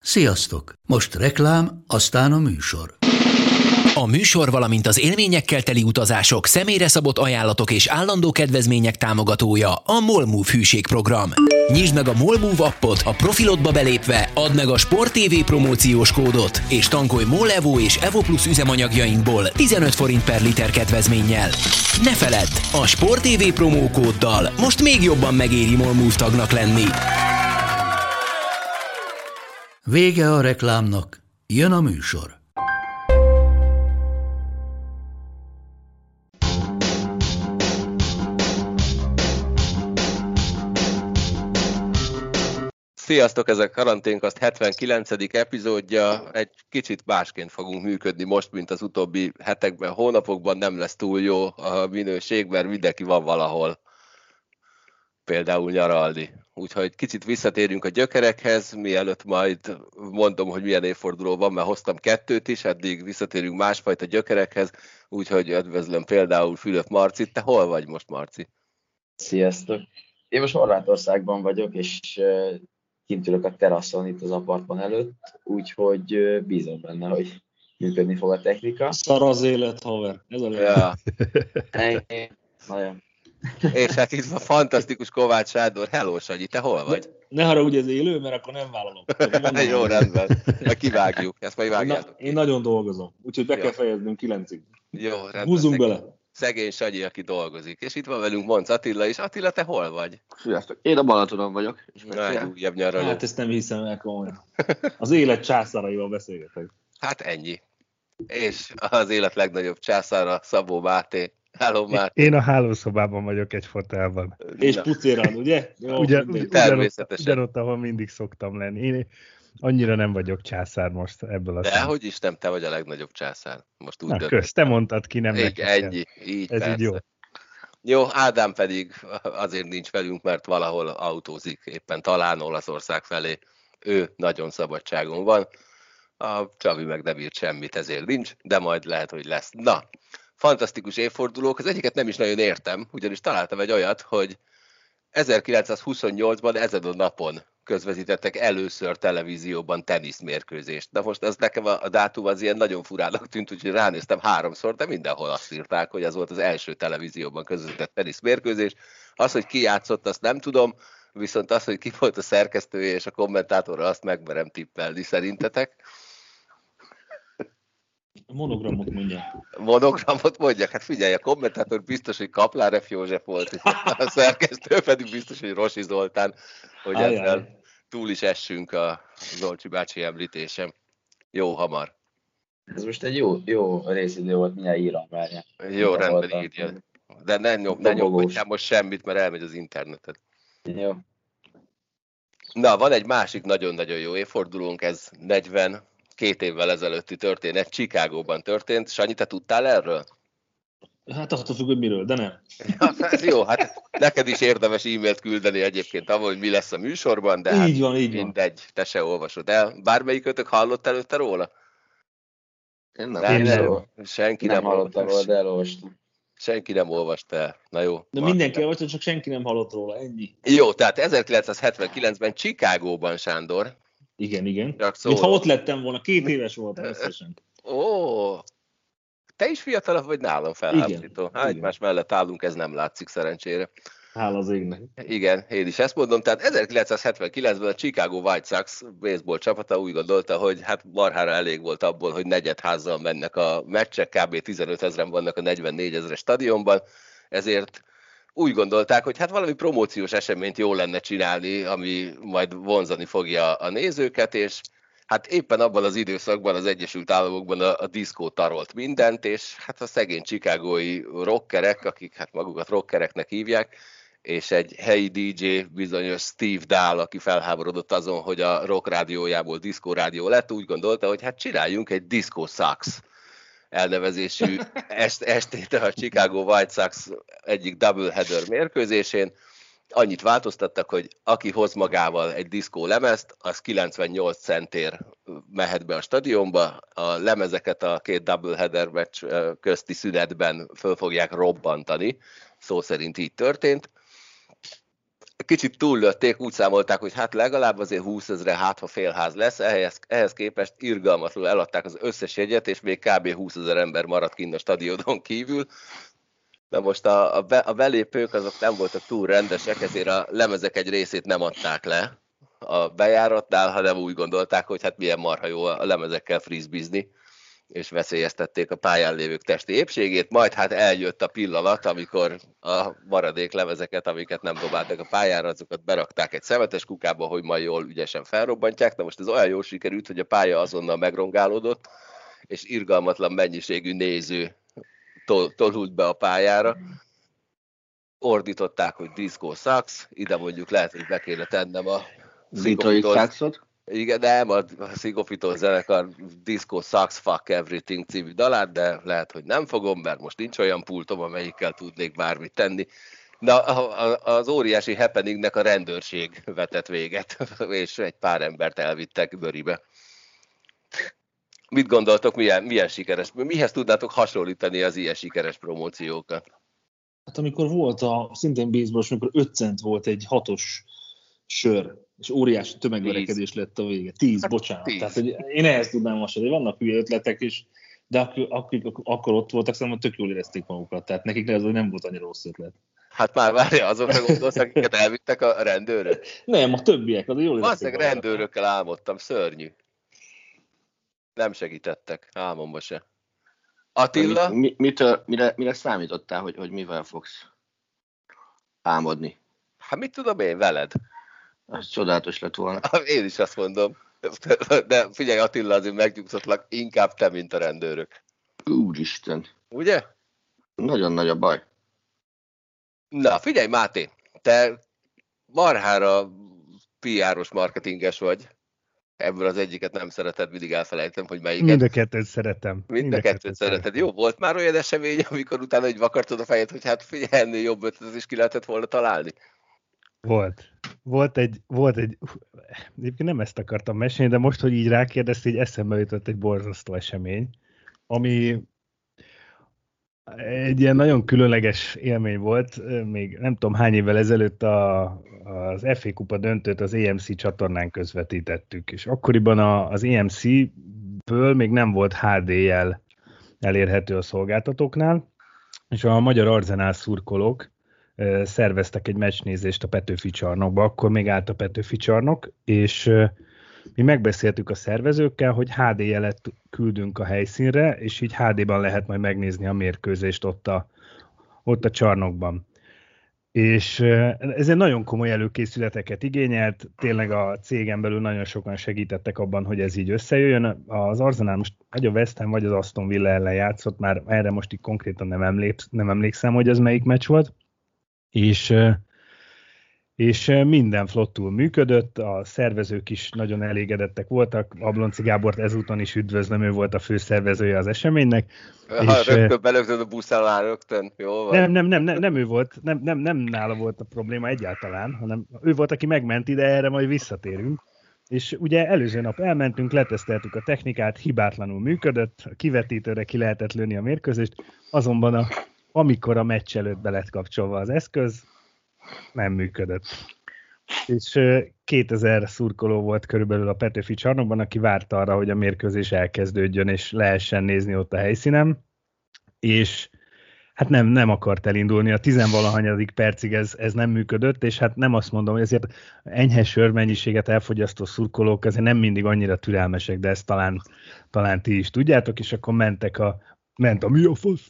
Sziasztok! Most reklám, aztán a műsor. A műsor, valamint az élményekkel teli utazások, személyre szabott ajánlatok és állandó kedvezmények támogatója a MOL Move hűségprogram. Nyisd meg a MOL Move appot, a profilodba belépve add meg a Sport TV promóciós kódot, és tankolj MOL Evo és Evo Plus üzemanyagjainkból 15 forint per liter kedvezménnyel. Ne feledd, a Sport TV promókóddal most még jobban megéri MOL Move tagnak lenni. Vége a reklámnak, jön a műsor. Sziasztok, ez a Karanténkast 79. epizódja. Egy kicsit másként fogunk működni most, mint az utóbbi hetekben, hónapokban. Nem lesz túl jó a minőség, mert mindenki van valahol, például nyaralni. Úgyhogy kicsit visszatérünk a gyökerekhez, mielőtt majd mondom, hogy milyen évforduló van, mert hoztam 2 is, eddig visszatérünk másfajta gyökerekhez, úgyhogy üdvözlöm például Fülöp Marcit. Te hol vagy most, Marci? Sziasztok! Én most Horvátországban vagyok, és kint ülök a teraszon itt az apartman előtt, úgyhogy bízom benne, hogy működni fog a technika. Szar az élet, haver. Ez a Ja. Nagyon. És hát itt van fantasztikus Kovács Sándor. Hello, Sanyi, te hol vagy? Ne haragudj, ez élő, mert akkor nem vállalom. Jó, rendben. Majd kivágjuk, ezt majd vágjátok. Én nagyon dolgozom, úgyhogy be kell fejeznünk 9-ig. Jó, rendben. Húzzunk bele. Szegény Sanyi, aki dolgozik. És itt van velünk Monc Attila is. Attila, te hol vagy? Sziasztok! Én a Balatonon vagyok. Egy újabb nyaraló. Hát ezt nem hiszem el komolyan. Az élet császáraival beszélgetek. Hát ennyi. És az élet legnagyobb császára, Szabó Máté. Hello, Máté. Én a hálószobában vagyok egy fotelban. És pucéran, ugye? Jó, Természetesen. Ugyanott, ahol mindig szoktam lenni. Én annyira nem vagyok császár most ebből a De hogy is nem, te vagy a legnagyobb császár. Most úgy Na kösz, te mondtad ki, nem nekem. Ennyi, így ez persze. így jó. Jó, Ádám pedig azért nincs velünk, mert valahol autózik, éppen talán Olaszország felé. Ő nagyon szabadságon van. A Csabi meg nem írt semmit, ezért nincs, de majd lehet, hogy lesz. Na, fantasztikus évfordulók. Az egyiket nem is nagyon értem, ugyanis találtam egy olyat, hogy 1928-ban ezen a napon közvetítettek először televízióban teniszmérkőzést. De most ez nekem a dátum az ilyen nagyon furának tűnt, úgyhogy ránéztem 3-szor, de mindenhol azt írták, hogy ez volt az első televízióban közvetített teniszmérkőzés. Az, hogy ki játszott, azt nem tudom, viszont az, hogy ki volt a szerkesztője és a kommentátora, azt megmerem tippelni. Szerintetek? A monogramot mondja. Monogramot mondjak? Hát figyelj, a kommentátor biztos, hogy Kaplán F. József volt, a szerkesztő pedig biztos, hogy Rossi Zoltán, hogy ezzel túl is essünk a Zolcsi bácsi említésem. Jó hamar. Ez most egy jó részidő volt, mindjárt írom, várjál. Jó, rendben írja. De ne nyomkodjál most semmit, mert elmegy az internetet. Jó. Na, van egy másik nagyon-nagyon jó évfordulónk, ez 42 évvel ezelőtti történet, Chicagóban történt. Sanyi, te tudtál erről? Hát azt függ, hogy miről, de nem. Ja, jó, hát neked is érdemes e-mailt küldeni egyébként avval, hogy mi lesz a műsorban, de hát így van. mindegy, te se olvasod el. Bármelyikötök hallott előtte róla? Én nem. Senki nem hallottam róla, de elolvastam. Senki nem olvasta el. Na jó. De mindenki olvasta, csak senki nem hallott róla, ennyi. Jó, tehát 1979-ben Chicagóban, Sándor. Igen. Mint Szóval. ha ott lettem volna, 2 éves volt összesen. Ó, te is fiatalabb vagy nálam, felháborító. Hát egymás mellett állunk, ez nem látszik szerencsére. Hála az égnek. Igen, én is ezt mondom. Tehát 1979-ben a Chicago White Sox baseball csapata úgy gondolta, hogy hát marhára elég volt abból, hogy negyedházzal mennek a meccsek, kb. 15 000-en vannak a 44 000-es stadionban, ezért úgy gondolták, hogy hát valami promóciós eseményt jó lenne csinálni, ami majd vonzani fogja a nézőket, és hát éppen abban az időszakban az Egyesült Államokban a diszkó tarolt mindent, és hát a szegény chicagói rockerek, akik hát magukat rockereknek hívják, és egy helyi DJ, bizonyos Steve Dahl, aki felháborodott azon, hogy a rock rádiójából diszkó rádió lett, úgy gondolta, hogy hát csináljunk egy Disco Sox elnevezésű estét a Chicago White Sox egyik doubleheader mérkőzésén. Annyit változtattak, hogy aki hoz magával egy diszkó lemezt, az 98 centért mehet be a stadionba. A lemezeket a 2 doubleheader meccs közti szünetben föl fogják robbantani. Szó szerint így történt. kicsit túllötték, úgy számolták, hogy hát legalább azért 20 000, hát ha félház lesz, ehhez képest irgalmatlanul eladták az összes jegyet, és még kb. 20 000 ember maradt kint a stadionon kívül. De most a belépők azok nem voltak túl rendesek, ezért a lemezek egy részét nem adták le a bejáratnál, hanem úgy gondolták, hogy hát milyen marha jó a lemezekkel frisbeezni, és veszélyeztették a pályán lévők testi épségét, majd hát eljött a pillanat, amikor a maradék lemezeket, amiket nem dobáltak a pályára, azokat berakták egy szemetes kukába, hogy majd jól ügyesen felrobbantják. De most ez olyan jól sikerült, hogy a pálya azonnal megrongálódott, és irgalmatlan mennyiségű néző tolult be a pályára. Ordították, hogy disco sucks, ide mondjuk lehet, hogy be kéne tennem a Detroit. Igen, nem, a Szigofitól zenekar Disco Sucks Fuck Everything című dalát, de lehet, hogy nem fogom, mert most nincs olyan pultom, amelyikkel tudnék bármit tenni. De az óriási happeningnek a rendőrség vetett véget, és egy pár embert elvittek bőribe. Mit gondoltok, milyen sikeres, mihez tudnátok hasonlítani az ilyen sikeres promóciókat? Hát amikor volt szintén baseballos, amikor 5 cent volt egy 6-os sör, és óriási tömegverekedés lett a vége. 10, bocsánat. 10. Tehát hogy én ehhez tudnám hasonlítani, hogy vannak hülye ötletek is, de akik akkor ott voltak, szerintem tök jól érezték magukat. Tehát nekik ez nem volt annyira rossz ötlet. Hát már várja, azokra gondolsz, akiket elvittek a rendőrök? Nem, a többiek, az jól érezték magukat. Rendőrökkel álmodtam, szörnyű. Nem segítettek, álmomba se. Attila? Mire számítottál, hogy mivel fogsz álmodni? Hát mit tudom én, veled? Az csodálatos lett volna. Én is azt mondom. De figyelj, Attila, azért megnyugtatlak, inkább te, mint a rendőrök. Úristen. Ugye? Nagyon nagy a baj. Na, figyelj, Máté, te marhára PR-os marketinges vagy. Ebből az egyiket nem szereted, mindig elfelejtem, hogy melyiket. Mind a kettőt szeretem. Mind a kettőt szereted. Jó, volt már olyan esemény, amikor utána egy vakartod a fejed, hogy hát figyelj, ennél jobb ötletet is ki lehetett volna találni? Volt egy, egyébként nem ezt akartam mesélni, de most, hogy így rákérdeztél, így eszembe jutott egy borzasztó esemény, ami egy ilyen nagyon különleges élmény volt, még nem tudom hány évvel ezelőtt az FA Kupa döntőt az EMC csatornán közvetítettük, és akkoriban az EMC-ből még nem volt HD jel elérhető a szolgáltatóknál, és a magyar Arzenál szurkolók szerveztek egy meccsnézést a Petőfi csarnokba, akkor még állt a Petőfi csarnok, és mi megbeszéltük a szervezőkkel, hogy HD jelet küldünk a helyszínre, és így HD-ban lehet majd megnézni a mérkőzést ott a csarnokban. És ez egy nagyon komoly előkészületeket igényelt, tényleg a cégen belül nagyon sokan segítettek abban, hogy ez így összejöjjön. Az Arsenal most vagy a West Ham, vagy az Aston Villa ellen játszott, már erre most így konkrétan nem emlékszem, hogy ez melyik meccs volt. És minden flottul működött, a szervezők is nagyon elégedettek voltak, Ablonci Gábort ezúton is üdvözlöm, ő volt a főszervezője az eseménynek. Rögtön belögtön a busz alá rögtön, jó van? Nem ő volt, nem nála volt a probléma egyáltalán, hanem ő volt, aki megment ide, erre majd visszatérünk. És ugye előző nap elmentünk, leteszteltük a technikát, hibátlanul működött, a kivetítőre ki lehetett lőni a mérkőzést, azonban amikor a meccs előtt be lett kapcsolva az eszköz, nem működött. És 2000 szurkoló volt körülbelül a Petőfi csarnokban, aki várta arra, hogy a mérkőzés elkezdődjön, és lehessen nézni ott a helyszínen, és hát nem akart elindulni. A 10-valahanyadik percig ez nem működött, és hát nem azt mondom, hogy ezért enyhe sörmennyiséget elfogyasztó szurkolók azért nem mindig annyira türelmesek, de ezt talán ti is tudjátok, és akkor ment a mi a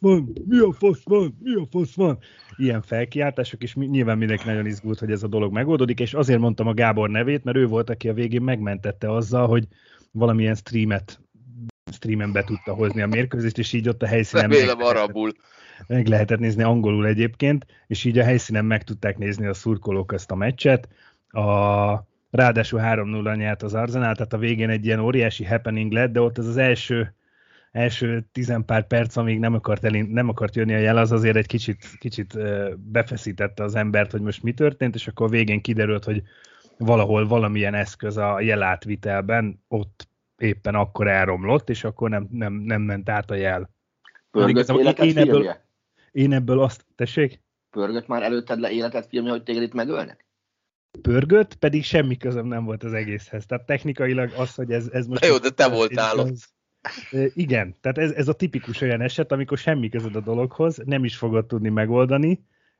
fasz van, ilyen felkiáltások, és nyilván mindenki nagyon izgult, hogy ez a dolog megoldódik, és azért mondtam a Gábor nevét, mert ő volt, aki a végén megmentette azzal, hogy valamilyen streamen be tudta hozni a mérkőzést, és így ott a helyszínen meg lehetett nézni, angolul egyébként, és így a helyszínen meg tudták nézni a szurkolók ezt a meccset. Ráadásul 3-0 nyert az Arsenal, tehát a végén egy ilyen óriási happening lett, de ott az első 10 pár perc, amíg nem akart jönni a jel, az azért egy kicsit befeszítette az embert, hogy most mi történt, és akkor a végén kiderült, hogy valahol valamilyen eszköz a jelátvitelben ott éppen akkor elromlott, és akkor nem ment át a jel. Pörgött életed filmje? Én ebből azt... Tessék? Pörgött már előtted le életed filmje, hogy téged itt megölnek? pörgött, pedig semmi közöm nem volt az egészhez. Tehát technikailag az, hogy ez most... Na jó, de te voltál ott. Igen, tehát ez a tipikus olyan eset, amikor semmi közöd a dologhoz, nem is fogod tudni megoldani,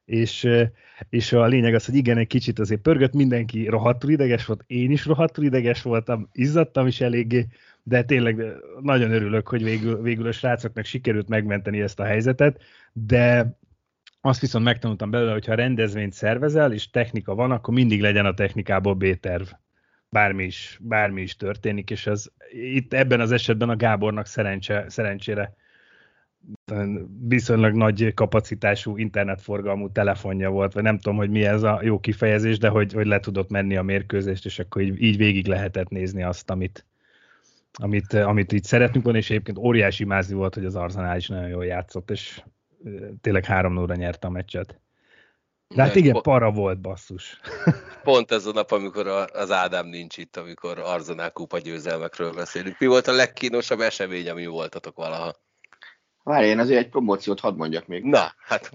és a lényeg az, hogy igen, egy kicsit azért pörgött, mindenki rohadtul ideges volt, én is rohadtul ideges voltam, izzadtam is eléggé, de tényleg nagyon örülök, hogy végül a srácoknak sikerült megmenteni ezt a helyzetet, de azt viszont megtanultam belőle, hogy ha rendezvényt szervezel, és technika van, akkor mindig legyen a technikából B-terv. Bármi is történik, és itt ebben az esetben a Gábornak szerencsére viszonylag nagy kapacitású internetforgalmú telefonja volt, vagy nem tudom, hogy mi ez a jó kifejezés, de hogy le tudott menni a mérkőzést, és akkor így végig lehetett nézni azt, amit így szeretnünk volna, és egyébként óriási mázi volt, hogy az Arsenal is nagyon jól játszott, és tényleg 3-0-ra nyerte a meccset. De hát igen, para volt, basszus. Pont ez a nap, amikor az Ádám nincs itt, amikor Arsenal kupa győzelmekről beszélünk. Mi volt a legkínosabb esemény, ami voltatok valaha? Várj, én azért egy promóciót hadd mondjak még. Na, hát...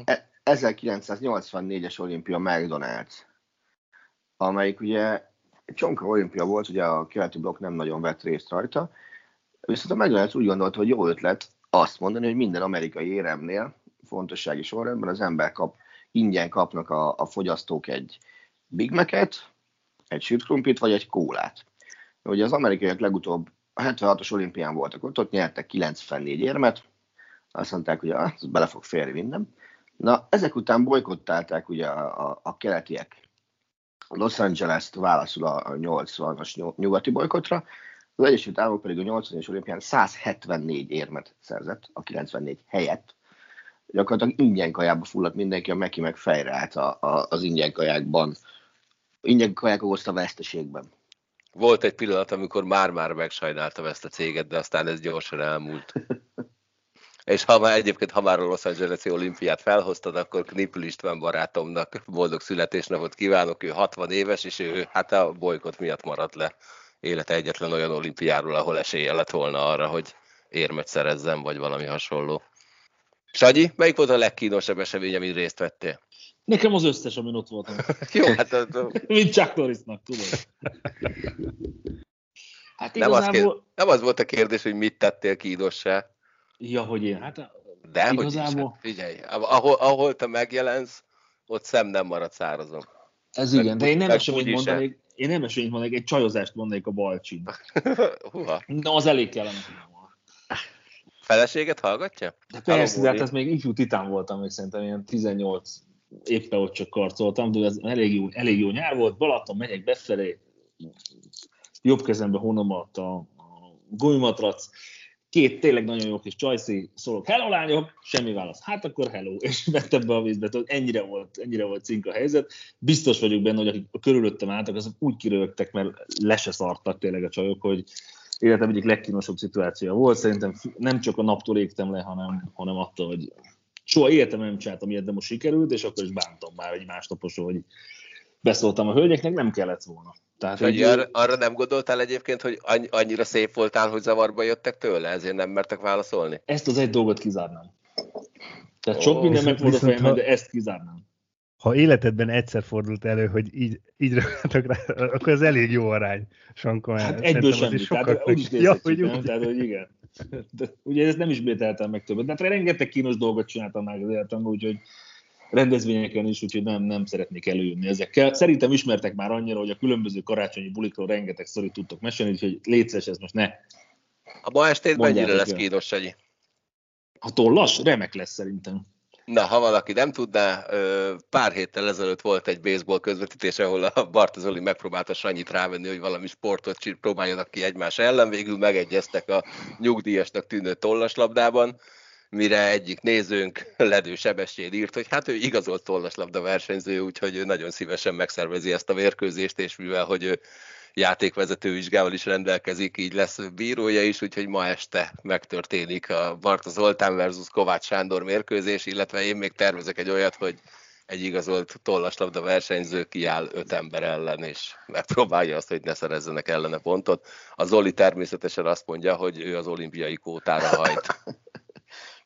1984-es olimpia McDonald's, amelyik ugye egy csonka olimpia volt, ugye a keleti blokk nem nagyon vett részt rajta, viszont a McDonald's úgy gondolta, hogy jó ötlet azt mondani, hogy minden amerikai éremnél, fontossági sorrendben az ember ingyen kapnak a fogyasztók egy Big Mac-et, egy sült krumplit, vagy egy kólát. Ugye az amerikaiak legutóbb a 76-os olimpián voltak ott nyertek 94 érmet, azt mondták, hogy az bele fog férni minden. Na, ezek után bojkottálták ugye a keletiek Los Angeles-t válaszul a 80-as nyugati bojkottra, az Egyesült Államok pedig a 80-as olimpián 174 érmet szerzett a 94 helyett. Gyakorlatilag ingyen kajába fulladt mindenki, a Meki meg fejre állt az ingyen kajákban. Ingyen kaják okozta veszteségben. Volt egy pillanat, amikor már megsajnáltam ezt a céget, de aztán ez gyorsan elmúlt. És ha már a Los Angeles-i olimpiát felhoztad, akkor Knipl István barátomnak boldog születésnapot kívánok, ő 60 éves, és ő hát a bolykott miatt maradt le élete egyetlen olyan olimpiáról, ahol esélye lett volna arra, hogy érmet szerezzen, vagy valami hasonló. Sanyi, melyik volt a legkínosabb esemény, amin részt vettél? Nekem az összes, amin ott voltam. Jó, hát... Mint Chuck Norrisnak, tudod. Hát nem az volt a kérdés, hogy mit tettél kínossá. Ja, hogy én, hát de igazából... Hogy is, hát figyelj, ahol te megjelensz, ott szem nem marad szárazon. Ez igen, de én nem esélyt mondanék, egy csajozást mondanék a Balcsin. Na, az elég kellene. Feleséget hallgatja? De persze, de hát ez még ifjú titán voltam, még szerintem ilyen 18 éppen ott csak karcoltam, de ez elég jó nyár volt, Balaton, megyek befelé, jobb kezembe honom alatt a gumimatrac, két tényleg nagyon jó kis csajszi, szólok, hello lányok, semmi válasz, hát akkor hello, és vettem be a vízbe, ennyire volt cink a helyzet. Biztos vagyok benne, hogy akik körülöttem álltak, azok úgy kirögtek, mert le se szartak tényleg a csajok, hogy életem egyik legkínosabb szituáció volt. Szerintem nem csak a naptól égtem le, hanem attól, hogy soha életemben nem csináltam ilyet, de most sikerült, és akkor is bántam már egy másnaposról, hogy beszóltam a hölgyeknek, nem kellett volna. Tehát arra nem gondoltál egyébként, hogy annyira szép voltál, hogy zavarba jöttek tőle, ezért nem mertek válaszolni? Ezt az egy dolgot kizárnám. Tehát sok minden meg volt a fejemben, de ezt kizárnám. Ha életedben egyszer fordult elő, hogy így rögtök rá, akkor ez elég jó arány, Sanka. Hát egyből semmi, tehát úgy is nézhetjük, tehát hogy igen. De, ugye ezt nem ismételtem meg többet, de hát rengeteg kínos dolgot csináltam már az életemben, úgyhogy rendezvényeken is, úgyhogy nem szeretnék előjönni ezekkel. Szerintem ismertek már annyira, hogy a különböző karácsonyi bulikról rengeteg szorít tudtok mesélni, úgyhogy légy szíves, ez most ne. A ma estét mennyire lesz kínos, Sanyi? Ha tollas, remek lesz szerintem. Na, ha valaki nem tudná, pár héttel ezelőtt volt egy baseball közvetítés, ahol a Bartozoli megpróbálta Sanyit rávenni, hogy valami sportot próbáljanak ki egymás ellen, végül megegyeztek a nyugdíjasnak tűnő tollaslabdában, mire egyik nézőnk, Ledő Sebestyén írt, hogy hát ő igazolt tollaslabda versenyző, úgyhogy ő nagyon szívesen megszervezi ezt a mérkőzést, és mivel, hogy ő játékvezető vizsgával is rendelkezik, így lesz bírója is, úgyhogy ma este megtörténik a Barta Zoltán versus Kovács Sándor mérkőzés, illetve én még tervezek egy olyat, hogy egy igazolt tollaslabda versenyző kiáll 5 ember ellen, és megpróbálja azt, hogy ne szerezzenek ellene pontot. A Zoli természetesen azt mondja, hogy ő az olimpiai kvótára hajt.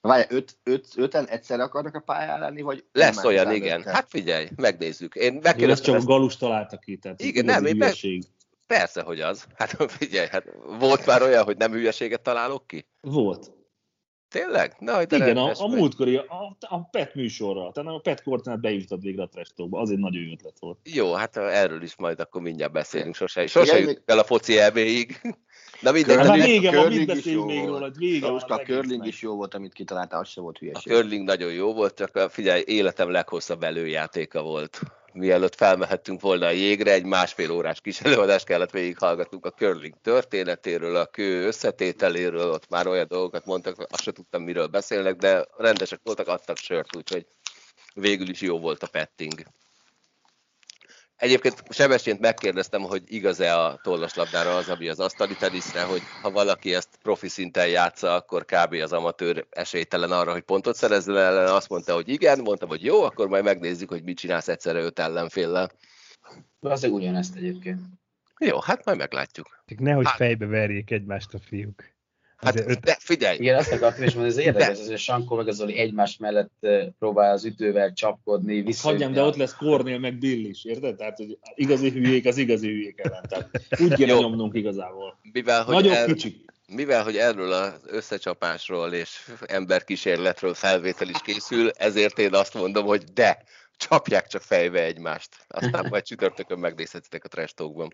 Várj, öten egyszerre akarnak a pályán lenni, vagy... Lesz olyan, igen. Hát figyelj, megnézzük. Én megkérdeztem. Ez csak a Galus találta ki, tehát igen, nem, persze, hogy az. Hát figyelj, volt már olyan, hogy nem hülyeséget találok ki? Volt. Tényleg? Na, igen, a múltkori, a PET műsorra, tehát a PET Kortinát bejutott végre a trash talkba, az egy nagyon jó ötlet volt. Jó, hát erről is majd akkor mindjárt beszélünk, sose jutunk el a foci EB-ig. Na mindegy. Hát vége van, mit beszéljünk még róla, hogy vége van. A curling is jó volt, amit kitaláltál, az sem volt hülyeség. A curling nagyon jó volt, csak figyelj, életem leghosszabb előjátéka volt. Mielőtt felmehettünk volna a jégre, egy 1,5 órás kis előadást kellett végighallgatnunk a curling történetéről, a kő összetételéről, ott már olyan dolgokat mondtak, azt sem tudtam, miről beszélnek, de rendesek voltak, adtak sört, úgyhogy végül is jó volt a petting. Egyébként Sebestyént megkérdeztem, hogy igaz-e a tollaslabdára az, ami az asztali teniszre, hogy ha valaki ezt profi szinten játsza, akkor kb. Az amatőr esélytelen arra, hogy pontot szerezzen ellen. Azt mondta, hogy igen, mondtam, hogy jó, akkor majd megnézzük, hogy mit csinálsz egyszerre 5 ellenféllel. Azért ugyanezt egyébként. Jó, hát majd meglátjuk. Nehogy fejbe verjék egymást a fiúk. Hát, de figyelj! Igen, azt akartam is mondani, ez érdekes, hogy a Sankó meg az Zoli egymás mellett próbál az ütővel csapkodni, visszajönni. Hagyjam, de ott lesz Kornél meg Bill is, érted? Tehát, hogy igazi hülyék az igazi hülyék ellen. Tehát úgy kéne nyomnunk igazából. Mivel, hogy erről az összecsapásról és emberkísérletről felvétel is készül, ezért én azt mondom, hogy de, csapják csak fejbe egymást. Aztán majd csütörtökön megnézhetitek a trash talkban.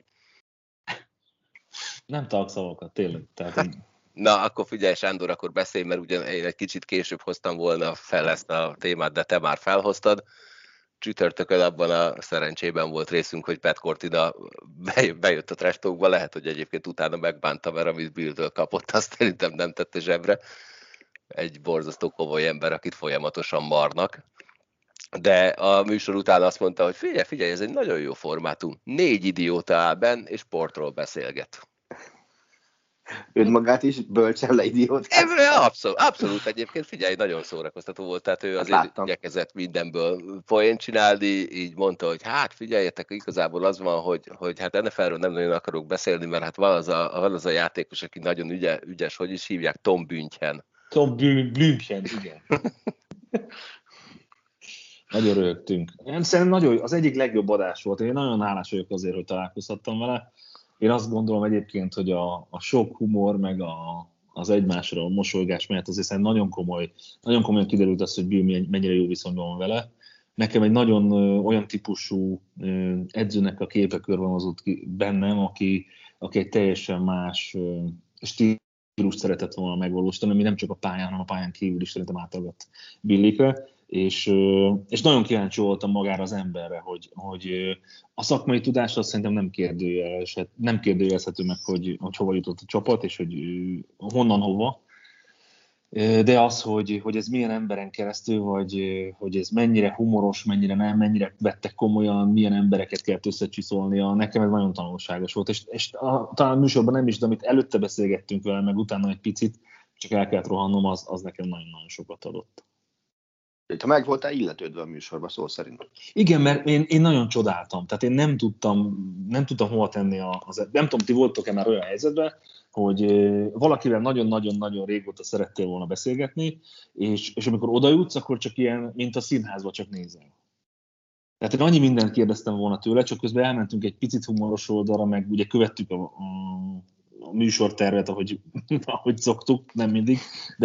Nem találok szavakat, tényleg. Tehát, na, akkor figyelj, Sándor, akkor beszélj, mert ugyan én egy kicsit később hoztam volna fel ezt a témát, de te már felhoztad. Csütörtökön abban a szerencsében volt részünk, hogy Pat Cortina bejött a trash talkba, lehet, hogy egyébként utána megbánta, mert amit Billdől kapott, azt szerintem nem tette zsebre. Egy borzasztó komoly ember, akit folyamatosan marnak. De a műsor után azt mondta, hogy figyelj, ez egy nagyon jó formátum. 4 idióta áll benn, és sportról beszélget. Önmagát is bölcsen leidiótál. Abszolút egyébként, figyelj, nagyon szórakoztató volt, tehát ő azért igyekezett mindenből poént csinálni, így mondta, hogy hát figyeljetek, igazából az van, hogy hát NFL-ről nem nagyon akarok beszélni, mert hát van az a játékos, aki nagyon ügyes, hogy is hívják, Tom Büntjen. Tom Büntjen, igen. Nagyon rögtünk. Szerintem az egyik legjobb adás volt. Én nagyon hálás vagyok azért, hogy találkozhattam vele. Én azt gondolom egyébként, hogy a sok humor, meg az egymásra a mosolygás mellett azért szerintem nagyon komolyan kiderült az, hogy Bill mennyire jó viszonyban van vele. Nekem egy nagyon olyan típusú edzőnek a képe körvonalazódott ki bennem, aki egy teljesen más stílust szeretett volna megvalósítani, ami nem csak a pályán, hanem a pályán kívül is szerintem átagat Billikre. És nagyon kíváncsi voltam magára az emberre, hogy a szakmai tudásra szerintem nem kérdőjelezhető meg, hogy hova jutott a csapat, és hogy honnan hova. De az, hogy ez milyen emberen keresztül, hogy ez mennyire humoros, mennyire nem, mennyire vettek komolyan, milyen embereket kellett összecsiszolnia, nekem ez nagyon tanulságos volt. És talán a műsorban nem is, de amit előtte beszélgettünk vele, meg utána egy picit, csak el kellett rohannom, az nekem nagyon-nagyon sokat adott. Te meg voltál illetődve a műsorba, szó szerint. Igen, mert én nagyon csodáltam. Tehát én nem tudtam hova tenni nem tudom, ti voltok-e már olyan helyzetben, hogy valakivel nagyon-nagyon-nagyon régóta szerettél volna beszélgetni, és amikor oda jutsz, akkor csak ilyen, mint a színházba csak nézel. Tehát én annyi mindent kérdeztem volna tőle, csak közben elmentünk egy picit humoros oldalra, meg ugye követtük a műsortervet, ahogy szoktuk, nem mindig, de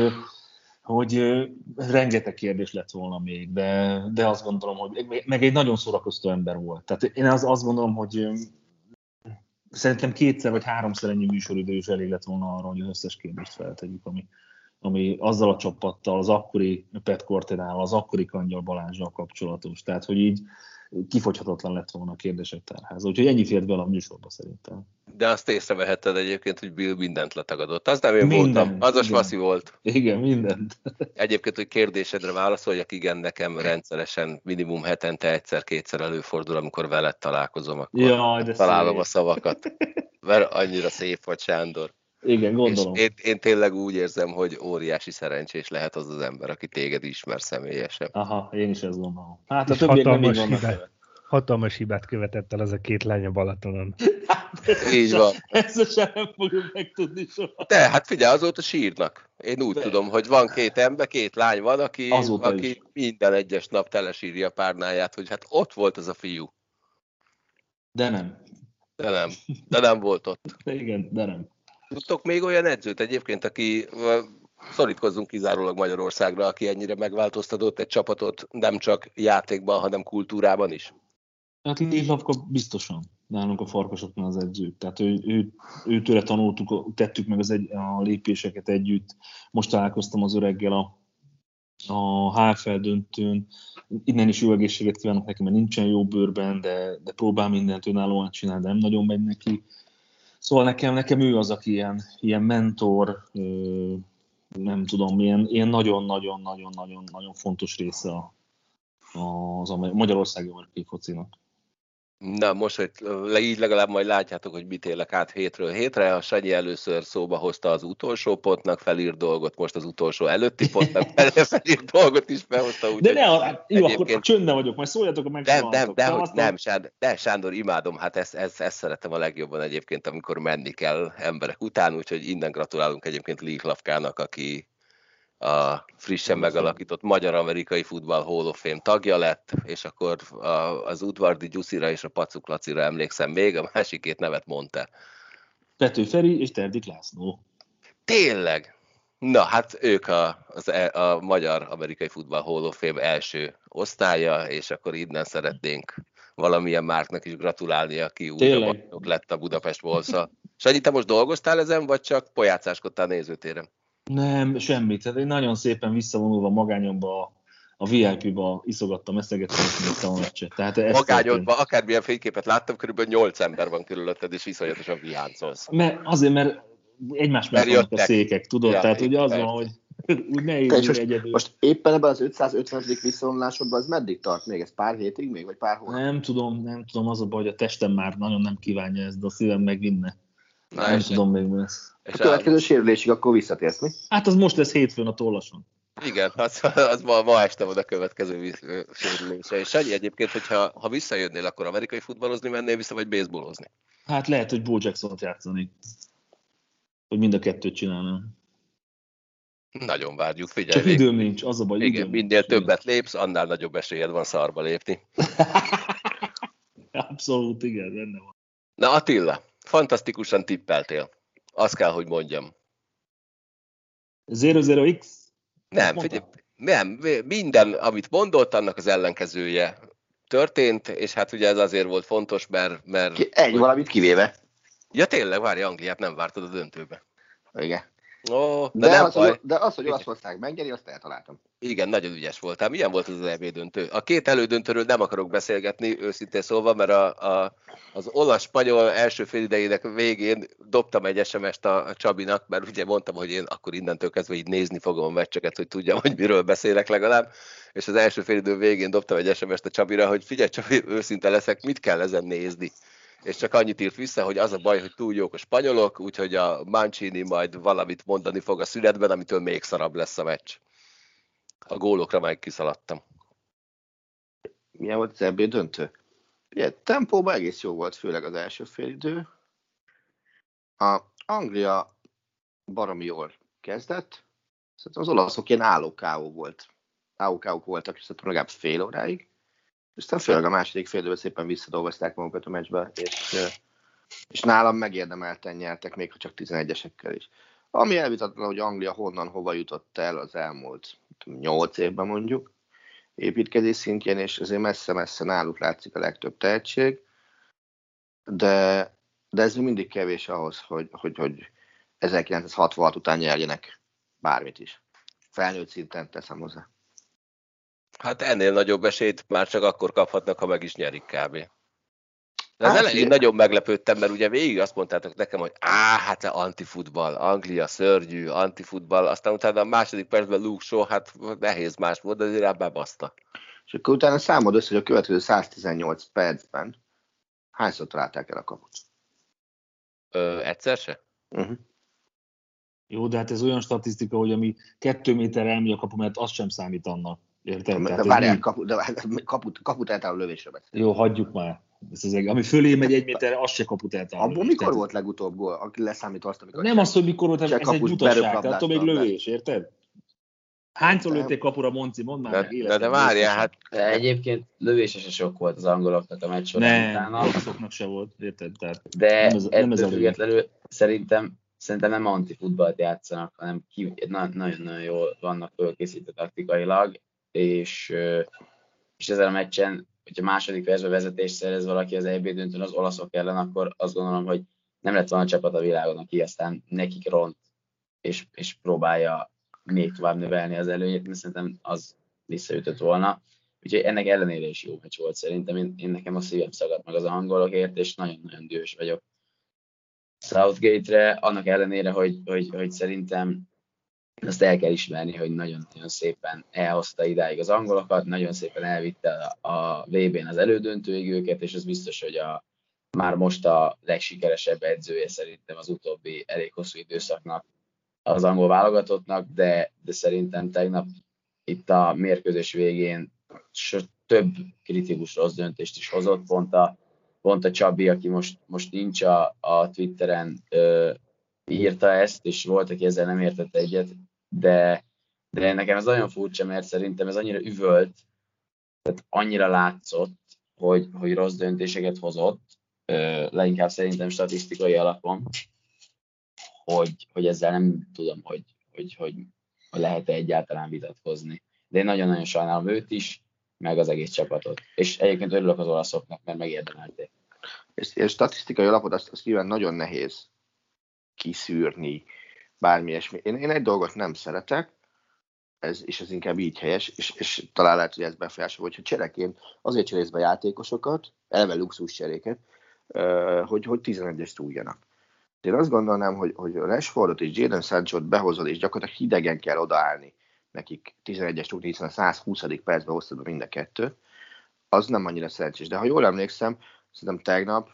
hogy rengeteg kérdés lett volna még, de azt gondolom, hogy meg egy nagyon szórakoztató ember volt. Tehát én azt gondolom, hogy szerintem 2 vagy 3 ennyi műsoridő is elég lett volna arra, hogy az összes kérdést feltegyük, ami azzal a csapattal, az akkori Pat Cortinával, az akkori Kangyal Balázsral kapcsolatos. Tehát, hogy így kifogyhatatlan lett volna a kérdések tárháza. Úgyhogy ennyi fért bele a műsorba szerintem. De azt észrevehetted egyébként, hogy Bill mindent letagadott. Az nem én voltam, az a Svaszi volt. Igen, mindent. Egyébként, hogy kérdésedre válaszoljak, igen, nekem rendszeresen minimum hetente 1-2 előfordul, amikor veled találkozom, akkor találom a szavakat. Mert annyira szép vagy, Sándor. Igen, gondolom. És én tényleg úgy érzem, hogy óriási szerencsés lehet az ember, aki téged ismer személyesen. Aha, én is ezt gondolom. Hát a többiek nem így vannak. Hatalmas hibát követett el az a két lány a Balatonon. Így van. Ezt sem nem fogjuk megtudni soha. De hát figyelj, azóta sírnak. Én úgy tudom, hogy van két ember, két lány van, aki minden egyes nap telesírja a párnáját, hogy hát ott volt az a fiú. De nem. De nem volt ott. Igen, de nem. Tudtok még olyan edzőt egyébként, aki, szorítkozzunk kizárólag Magyarországra, aki ennyire megváltoztatott egy csapatot, nem csak játékban, hanem kultúrában is? Hát Lihlavka biztosan nálunk a Farkasoknál az edző. Tehát őtőle tanultuk, tettük meg a lépéseket együtt. Most találkoztam az öreggel a HFL döntőn. Innen is jó egészséget kívánok neki, mert nincsen jó bőrben, de próbál mindent önállóan csinálni, de nem nagyon megy neki. Szóval nekem ő az, aki ilyen mentor, nem tudom, ilyen nagyon-nagyon-nagyon-nagyon fontos része a magyarországi amerikai focinak. Na most, hogy így legalább majd látjátok, hogy mit élek át hétről hétre. A Sanyi először szóba hozta az utolsó pontnak felírt dolgot, most az utolsó előtti pontnak felírt dolgot is behozta. Úgy, de jó, akkor csöndben vagyok, majd szóljatok, hogy Nem, Sándor, imádom, hát ezt szeretem a legjobban egyébként, amikor menni kell emberek után, úgyhogy innen gratulálunk egyébként Lihlavkának, aki a frissen megalakított Magyar-Amerikai Futball Hall of Fame tagja lett, és akkor az Udvardi Gyuszira és a Pacuk Lacira emlékszem még, a másik két nevet mondta. Pető Feri és Terdik László. Tényleg? Na, hát ők a Magyar-Amerikai Futball Hall of Fame első osztálya, és akkor innen szeretnénk valamilyen Márknak is gratulálni, aki újra lett a Budapest Wolves-a. Sanyi, te most dolgoztál ezen, vagy csak pojácáskodtál nézőtéren? Nem, semmit. Hát én nagyon szépen visszavonulva magányomba a VIP-ba iszogattam, eszegettem, és néztem a meccset. Magányodba, akármilyen fényképet láttam, körülbelül 8 ember van körülötted, és iszonyatosan viháncolsz. Mert egymás mellett vannak a székek, tudod? Ja, tehát ugye az van, hogy úgy ne írjunk egyedül. Most éppen ebben az 550. visszavonulásodban az meddig tart még? Ez pár hétig még, vagy pár hónap? Nem tudom, az a baj, hogy a testem már nagyon nem kívánja ezt, de a szívem megvinne. Nem tudom még mi lesz. A következő sérülésig akkor visszatérsz, mi? Hát az most lesz hétfőn a tollason. Igen, az ma este van a következő sérülése. És Sanyi, egyébként, hogyha visszajönnél, akkor amerikai futballozni mennél vissza, vagy baseballozni? Hát lehet, hogy Bo Jacksont játszani. Hogy mind a kettőt csinálnám. Nagyon várjuk, figyelj. Csak időm nincs, az a baj. Igen, minél többet lépsz, annál nagyobb esélyed van szarba lépni. Abszolút, igen, benne van. Na Attila, fantasztikusan tippeltél. Azt kell, hogy mondjam. 0-0X? Nem, figyelj, nem, minden, amit mondott, annak az ellenkezője történt, és hát ugye ez azért volt fontos, mert valamit kivéve. Ja tényleg, várj, Angliát nem vártad a döntőbe. Igen. Ó, de az, hogy Olaszország megnyeri, azt eltaláltam. Igen, nagyon ügyes voltál. Milyen volt az EB döntő? A két elődöntőről nem akarok beszélgetni, őszintén szólva, mert az olasz-spanyol első félidejének végén dobtam egy SMS-t a Csabinak, mert ugye mondtam, hogy én akkor innentől kezdve így nézni fogom a meccseket, hogy tudjam, hogy miről beszélek legalább. És az első félidő végén dobtam egy SMS-t a Csabira, hogy figyelj Csabi, őszinte leszek, mit kell ezen nézni? És csak annyit írt vissza, hogy az a baj, hogy túl jók a spanyolok, úgyhogy a Mancini majd valamit mondani fog a szünetben, amitől még szarabb lesz a meccs. A gólokra már kiszaladtam. Milyen volt az EB döntő? Ugye, tempóban egész jó volt, főleg az első félidő. A Anglia baromi jól kezdett. Szerintem az olaszok ilyen állókáók voltak, és szerintem legalább fél óráig. Aztán főleg a második fél időben szépen visszadolgozták magukat a meccsbe, és nálam megérdemelten nyertek, még ha csak 11-esekkel is. Ami elvitatlan, hogy Anglia honnan hova jutott el az elmúlt 8 évben mondjuk építkezés szintjén, és azért messze-messze náluk látszik a legtöbb tehetség, de ez mindig kevés ahhoz, hogy 1966 után nyerjenek bármit is. Felnőtt szinten teszem hozzá. Hát ennél nagyobb esélyt már csak akkor kaphatnak, ha meg is nyerik kb. De az elején nagyon meglepődtem, mert ugye végig azt mondtátok nekem, hogy hát antifutball, Anglia szörnyű, antifutball, aztán utána a második percben Luke Shaw, hát nehéz más volt, de azért bebaszta. És akkor utána számod össze, hogy a következő 118 percben hányszor találták el a kaput? Egyszer se? Uh-huh. Jó, de hát ez olyan statisztika, hogy ami 2 méterre elmegy a kapu, mert az sem számít annak. Érted? De várjál, kaput eltáló lövésre beszél. Jó, hagyjuk már. Ami fölé megy 1 méterre, az se kaput eltáló. Abból mikor volt legutóbb gól? Aki leszámít azt, amikor... Nem az, hogy mikor volt, ez egy butaság, tehát attól még lövés, érted? Hányszor lőtték kapura, Monci? Mondd már meg. De várjál, hát... De egyébként lövése se sok volt az angoloknak a meccs során utána. Nem, azoknak se volt, érted? Tehát de ettől függetlenül szerintem nem antifutballt játszanak, hanem nagyon-nagyon jól vannak fölkészítve taktikailag, és ezen a meccsen, hogyha második percben vezetést szerez valaki az EB döntőn az olaszok ellen, akkor azt gondolom, hogy nem lett volna csapat a világon, aki aztán nekik ront, és próbálja még tovább növelni az előnyét, mert szerintem az visszaütött volna. Úgyhogy ennek ellenére is jó meccs volt szerintem. Én nekem a szívem szagadt meg az angolokért, és nagyon-nagyon dühös vagyok Southgate-re, annak ellenére, hogy szerintem azt el kell ismerni, hogy nagyon-nagyon szépen elhozta idáig az angolokat, nagyon szépen elvitte a VB-n az elődöntőig őket, és ez biztos, hogy már most a legsikeresebb edzője szerintem az utóbbi elég hosszú időszaknak az angol válogatottnak, de szerintem tegnap itt a mérkőzés végén több kritikus rossz döntést is hozott, pont a Csabi, aki most nincs a Twitteren, írta ezt, és volt, aki ezzel nem értett egyet, de nekem ez nagyon furcsa, mert szerintem ez annyira üvölt, tehát annyira látszott, hogy rossz döntéseket hozott, leginkább szerintem statisztikai alapon, hogy ezzel nem tudom, hogy lehet-e egyáltalán vitatkozni. De én nagyon-nagyon sajnálom őt is, meg az egész csapatot. És egyébként örülök az olaszoknak, mert megérdemelték. És statisztikai alapot azt nyilván nagyon nehéz kiszűrni, bármi ilyesmi. Én egy dolgot nem szeretek, és ez inkább így helyes, és talán lehet, hogy ez befolyásol, hogyha csereként azért cserélsz be játékosokat, eleve luxus cseréket, hogy 11-est rúgjanak. Én azt gondolnám, hogy Rashfordot és Jadon Sanchot behozod, és gyakorlatilag hidegen kell odaállni nekik 11-est rúgni, hiszen a 120. percben hoztad be mind a kettőt, az nem annyira szerencsés. De ha jól emlékszem, szerintem tegnap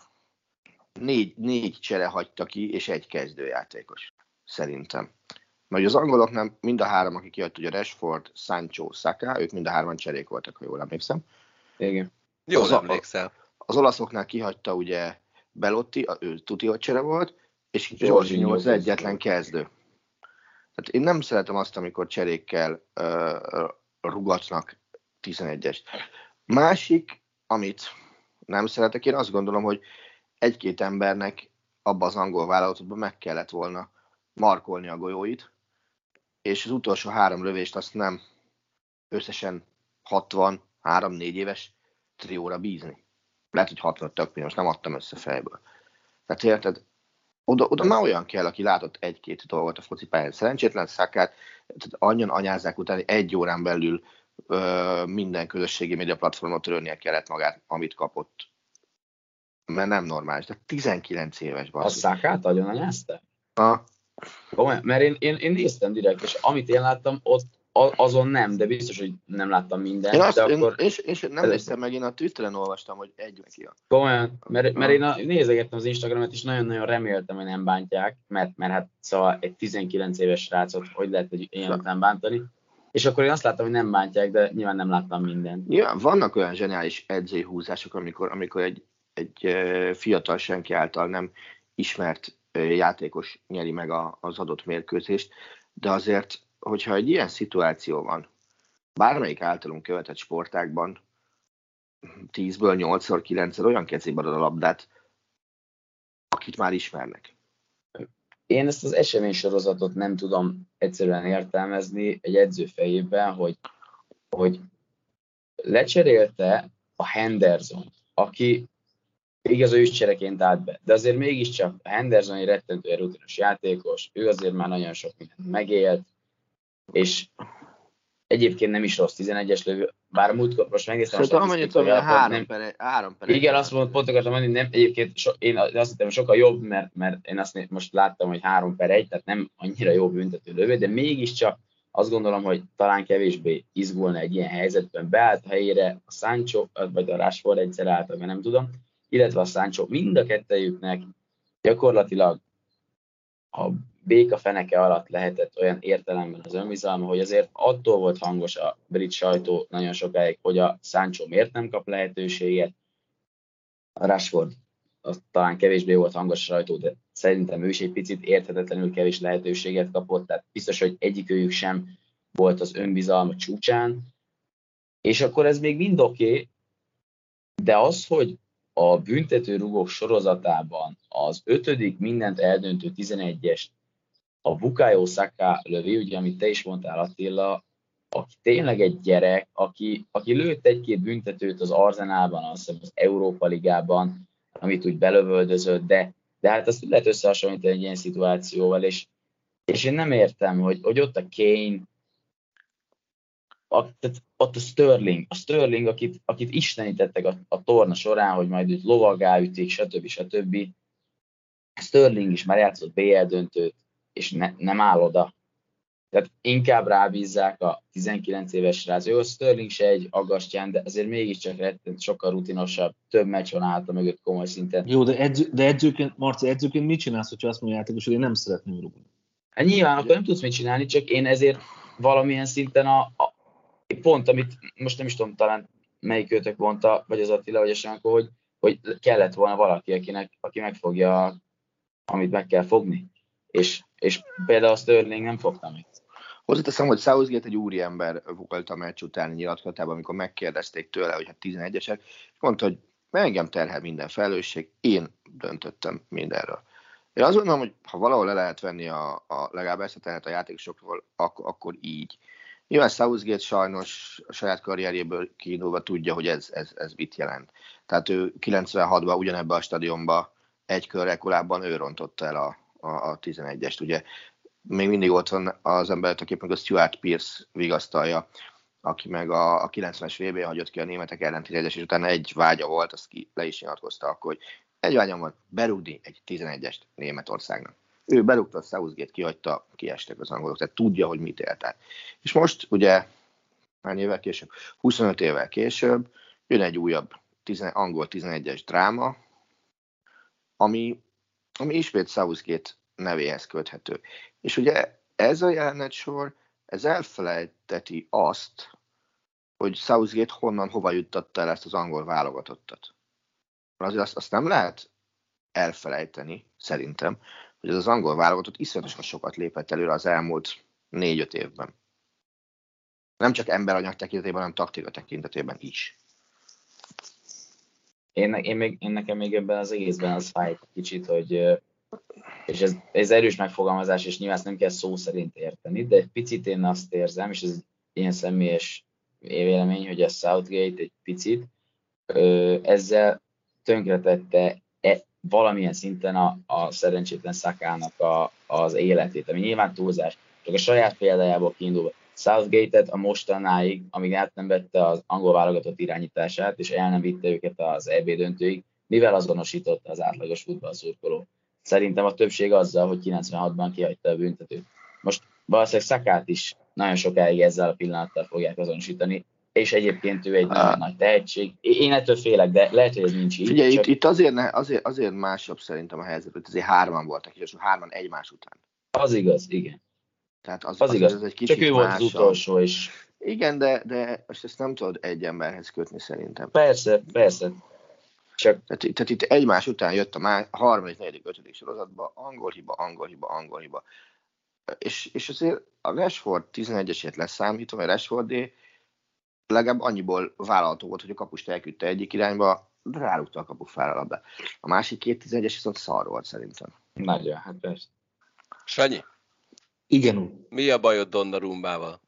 4 csere hagyta ki, és 1 kezdőjátékos. Szerintem. Mert az angoloknál mind a 3, akik jött, ugye Rashford, Sancho, Saka, ők mind a 3 cserék voltak, ha jól emlékszem. Igen. Jól emlékszel. Az olaszoknál kihagyta ugye Belotti, ő tuti, hogy csere volt, és Jorginho az egyetlen kezdő. Tehát én nem szeretem azt, amikor cserékkel rugatnak 11-est. Másik, amit nem szeretek, én azt gondolom, hogy 1-2 embernek abban az angol vállalatban meg kellett volna markolni a golyóit, és az utolsó 3 lövést azt nem összesen 63-4 éves trióra bízni. Lehet, hogy 60 tök, most nem adtam össze fejből. Tehát érted, oda már olyan kell, aki látott 1-2 dolgot a focipályán. Szerencsétlen Sakát, annyian anyázzák utáni 1 órán belül minden közösségi média platformon törölnie kellett magát, amit kapott. Mert nem normális. De 19 éves basszus. A Sakát agyon anyázta? Mert én néztem direkt, és amit én láttam, ott azon nem, de biztos, hogy nem láttam mindent. És nem néztem meg, én a Twitteren olvastam, hogy egy neki a... Komolyan, mert én nézegettem az Instagramot, és nagyon-nagyon reméltem, hogy nem bántják, mert hát szóval egy 19 éves srácot hogy lehet egy ilyen után bántani. És akkor én azt láttam, hogy nem bántják, de nyilván nem láttam mindent. Ja, vannak olyan zseniális edzőhúzások, amikor egy fiatal senki által nem ismert játékos nyeri meg az adott mérkőzést, de azért, hogyha egy ilyen szituáció van, bármelyik általunk követett sportágban 10-ből 8-szor, 9-szer olyan kezébe ad a labdát, akit már ismernek. Én ezt az eseménysorozatot nem tudom egyszerűen értelmezni egy edző fejében, hogy lecserélte a Henderson, aki igaz, ő is csereként állt be, de azért mégiscsak a Henderson egy rettentő rutinos játékos, ő azért már nagyon sok mindent megélt, és egyébként nem is rossz 11-es lövő, bár a múltkor most megnéztem. Szerintem amennyit tudom, 3 per 1. Igen, azt pont akartam mondani, nem, egyébként én azt hittem, sokkal jobb, mert én azt most láttam, hogy 3 per 1, tehát nem annyira jó büntető lövő, de mégiscsak azt gondolom, hogy talán kevésbé izgulna egy ilyen helyzetben. Beállt a helyére a Sancho, vagy a Rashford egyszer állt, mert nem tudom, illetve a Sancho, mind a kettejüknek gyakorlatilag béka feneke alatt lehetett olyan értelemben az önbizalma, hogy azért attól volt hangos a brit sajtó nagyon sokáig, hogy a Sancho miért nem kap lehetőséget. A Rashford az talán kevésbé volt hangos sajtó, de szerintem ő is egy picit érthetetlenül kevés lehetőséget kapott, tehát biztos, hogy egyikőjük sem volt az önbizalma csúcsán, és akkor ez még mind oké, de az, hogy a büntetőrugók sorozatában az 5. mindent eldöntő 11-es a Bukayo Saka lövi, ugye, amit te is mondtál, Attila, aki tényleg egy gyerek, aki lőtt egy-két büntetőt az Arsenalban, azt hiszem az Európa Ligában, amit úgy belövöldözött, de hát azt lehet összehasonlítani egy ilyen szituációval, és én nem értem, hogy ott a Kane, ott a Sterling, akit istenítettek a torna során, hogy majd őt lovaggá ütik, stb. Sterling is már játszott BL döntőt, és nem áll oda. Tehát inkább rábízzák a 19 éves srác. Jó, Sterling se egy aggastyán, de azért mégiscsak sokkal rutinosabb, több meccs van hátra mögött komoly szinten. Jó, de edzőként, Marci, edzőként mit csinálsz, hogyha azt mondja játékos, hogy én nem szeretném rúgni? Hát nyilván akkor nem tudsz mit csinálni, csak én ezért valamilyen szinten pont, amit most nem is tudom, talán melyik őtök mondta, vagy az Attila, vagy a Sankó, hogy kellett volna valaki, aki megfogja, amit meg kell fogni. És például a Sterling nem fogta meg. Hozzáteszem, hogy Southgate egy úriember volt a meccs utáni nyilatkozatában, amikor megkérdezték tőle, hogy hát 11-esek, mondta, hogy engem terhel minden felelősség, én döntöttem mindenről. Én azt gondolom, hogy ha valahol le lehet venni legalább ezt a terhet a játékosokról, akkor így. Nyilván Southgate sajnos a saját karrierjéből kiindulva tudja, hogy ez mit jelent. Tehát ő 96-ban ugyanebben a stadionban egy körrel korábban ő rontotta el a 11-est. Ugye még mindig ott van az ember, akinek a Stuart Pearce vigasztalja, aki meg a 90-es VB-n hagyott ki a németek ellen 11-es, és utána egy vágya volt, azt ki le is nyilatkozta akkor, hogy egy vágyam van berúgni egy 11-est Németországnak. Ő berúgta, a Southgate kihagyta, kiestek az angolok, tehát tudja, hogy mit élt át. És most ugye, hány évvel később? 25 évvel később jön egy újabb angol 11-es dráma, ami ismét Southgate nevéhez köthető. És ugye ez a jelenetsor, ez elfelejteti azt, hogy Southgate hova juttatta el ezt az angol válogatottat. Azért azt nem lehet elfelejteni, szerintem, hogy ez az angol válogatott iszonyatosan sokat lépett előre az elmúlt 4-5 évben. Nem csak emberanyag tekintetében, hanem taktika tekintetében is. Én nekem még ebben az egészben az fájt kicsit, hogy és ez erős megfogalmazás, és nyilván ezt nem kell szó szerint érteni, de egy picit én azt érzem, és ez ilyen személyes vélemény, hogy a Southgate egy picit ezzel tönkretette valamilyen szinten a szerencsétlen Sakának az életét, ami nyilván túlzás. Csak a saját példájából kiindulva. Southgate-et a mostanáig, amíg át nem vette az angol válogatott irányítását, és el nem vitte őket az EB döntőig, mivel azonosította az átlagos futballszurkoló. Szerintem a többség azzal, hogy 96-ban kihagyta a büntetőt. Most valószínűleg Sakát is nagyon sokáig ezzel a pillanattal fogják azonosítani, és egyébként ő egy nagyon nagy tehetség. Én ettől félek, de lehet, hogy ez nincs így. Figyelj, csak... itt azért másabb szerintem a helyzet, hogy azért 3-an voltak, és 3-an egymás után. Az igaz, igen. Tehát az igaz. Ez egy kicsit csak ő volt az utolsó, és... Igen, de most ezt nem tudod egy emberhez kötni szerintem. Persze. Csak... Tehát itt egymás után jött a 3., 4., 5. sorozatban angol hiba. És azért a Rashford 11-esét leszámítom, mert Rashfordé legalább annyiból vállalható volt, hogy a kapust elküldte egyik irányba, de rárúgta a kapufára a labdát. A másik 2 11-es viszont szar volt szerintem. Nagyon, hát persze. Sanyi? Igen, úr. Mi a bajod Donnarumbával?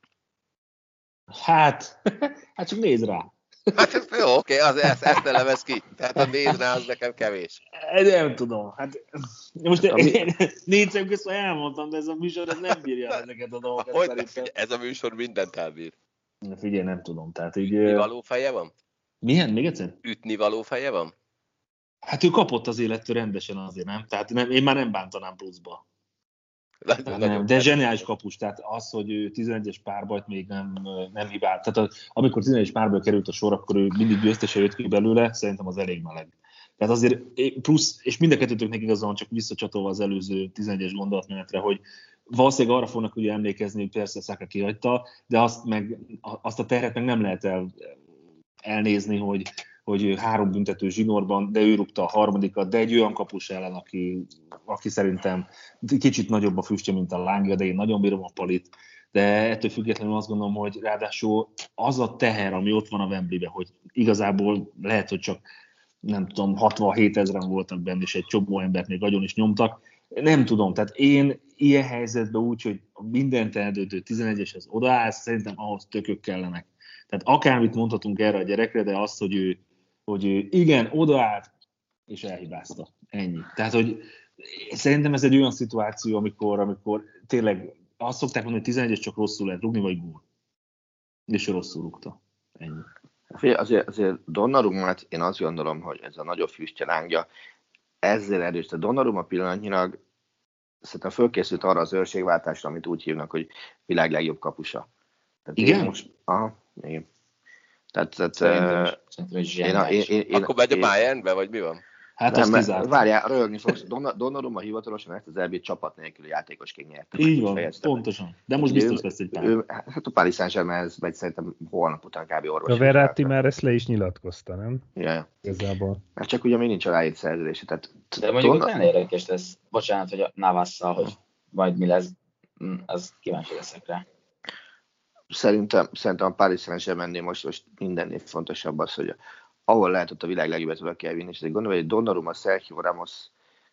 Hát csak nézd rá. Hát ez jó, oké, ezt elemez ki. Tehát a nézd rá, az nekem kevés. Nem tudom. Hát most én 4 szem közt elmondtam, de ez a műsor ez nem bírja ezeket a dolgokat. Hogy ez a műsor mindent elbír. Figyelj, nem tudom. Tehát így... Ütnivaló feje van? Milyen? Még egyszer? Ütnivaló feje van? Hát ő kapott az élettől rendesen azért, nem? Tehát én már nem bántanám pluszba. Nem, de zseniális kapus, tehát az, hogy ő 11-es párbajt még nem hibált. Tehát amikor 11-es párbajt került a sor, akkor ő mindig győztesen jött ki belőle, szerintem az elég meleg. Tehát azért plusz, és mind a kettőtöknek igazán csak visszacsatolva az előző 11-es gondolatmenetre, hogy valószínűleg arra fognak ugye emlékezni, hogy persze Saka kihagyta, de azt a terhet meg nem lehet elnézni, hogy 3 büntető zsinórban, de ő rúgta a harmadikat, de egy olyan kapus ellen, aki szerintem kicsit nagyobb a füstje, mint a Lángja, de én nagyon bírom a Palit, de ettől függetlenül azt gondolom, hogy ráadásul az a teher, ami ott van a Wembleyben, hogy igazából lehet, hogy csak nem tudom, 67 000 voltak benne, és egy csomó embert még agyon is nyomtak. Nem tudom, tehát én ilyen helyzetben úgy, hogy mindent eldöntő 11-eshez odaállsz, szerintem ahhoz tökök kellenek. Tehát akármit mondhatunk erre a gyerekre, de azt, hogy ő igen, odaállt, és elhibázta. Ennyi. Tehát, hogy szerintem ez egy olyan szituáció, amikor tényleg azt szokták mondani, hogy 11-es csak rosszul lehet rúgni, vagy gól. És ő rosszul rúgta. Ennyi. Azért Donnarummát én azt gondolom, hogy ez a nagyobb füstje Lángja ezzel erős. Tehát Donnarumma pillanatnyilag szerintem fölkészült arra az őrségváltásra, amit úgy hívnak, hogy világ legjobb kapusa. Tehát igen? Igen. Tehát akkor megy a Bayernbe, vagy mi van? Hát azt kizárt. Várjál, röhögni fogsz. Donnarumma hivatalosan ezt az EB csapat nélküli játékosként nyert. Így van, pontosan. De most biztos lesz egy pár. Hát a Paris Saint-Germainhez megy szerintem holnap után kb. Orvosi. A Verratti már ezt le is nyilatkozta, nem? Ja. Igazából. Hát csak ugye még nincs aláírt szerződése. Tehát de mondjuk ott nem érdekes lesz. Bocsánat, hogy a Navasszal, hogy majd mi lesz, az kíváncsi leszek rá. Szerintem a Paris Saint-Germainnél most mindennél fontosabb az, hogy ahol lehet ott a világ legjobbet oda kell vinni, és gondolom, hogy Donnarumma, Sergio Ramos,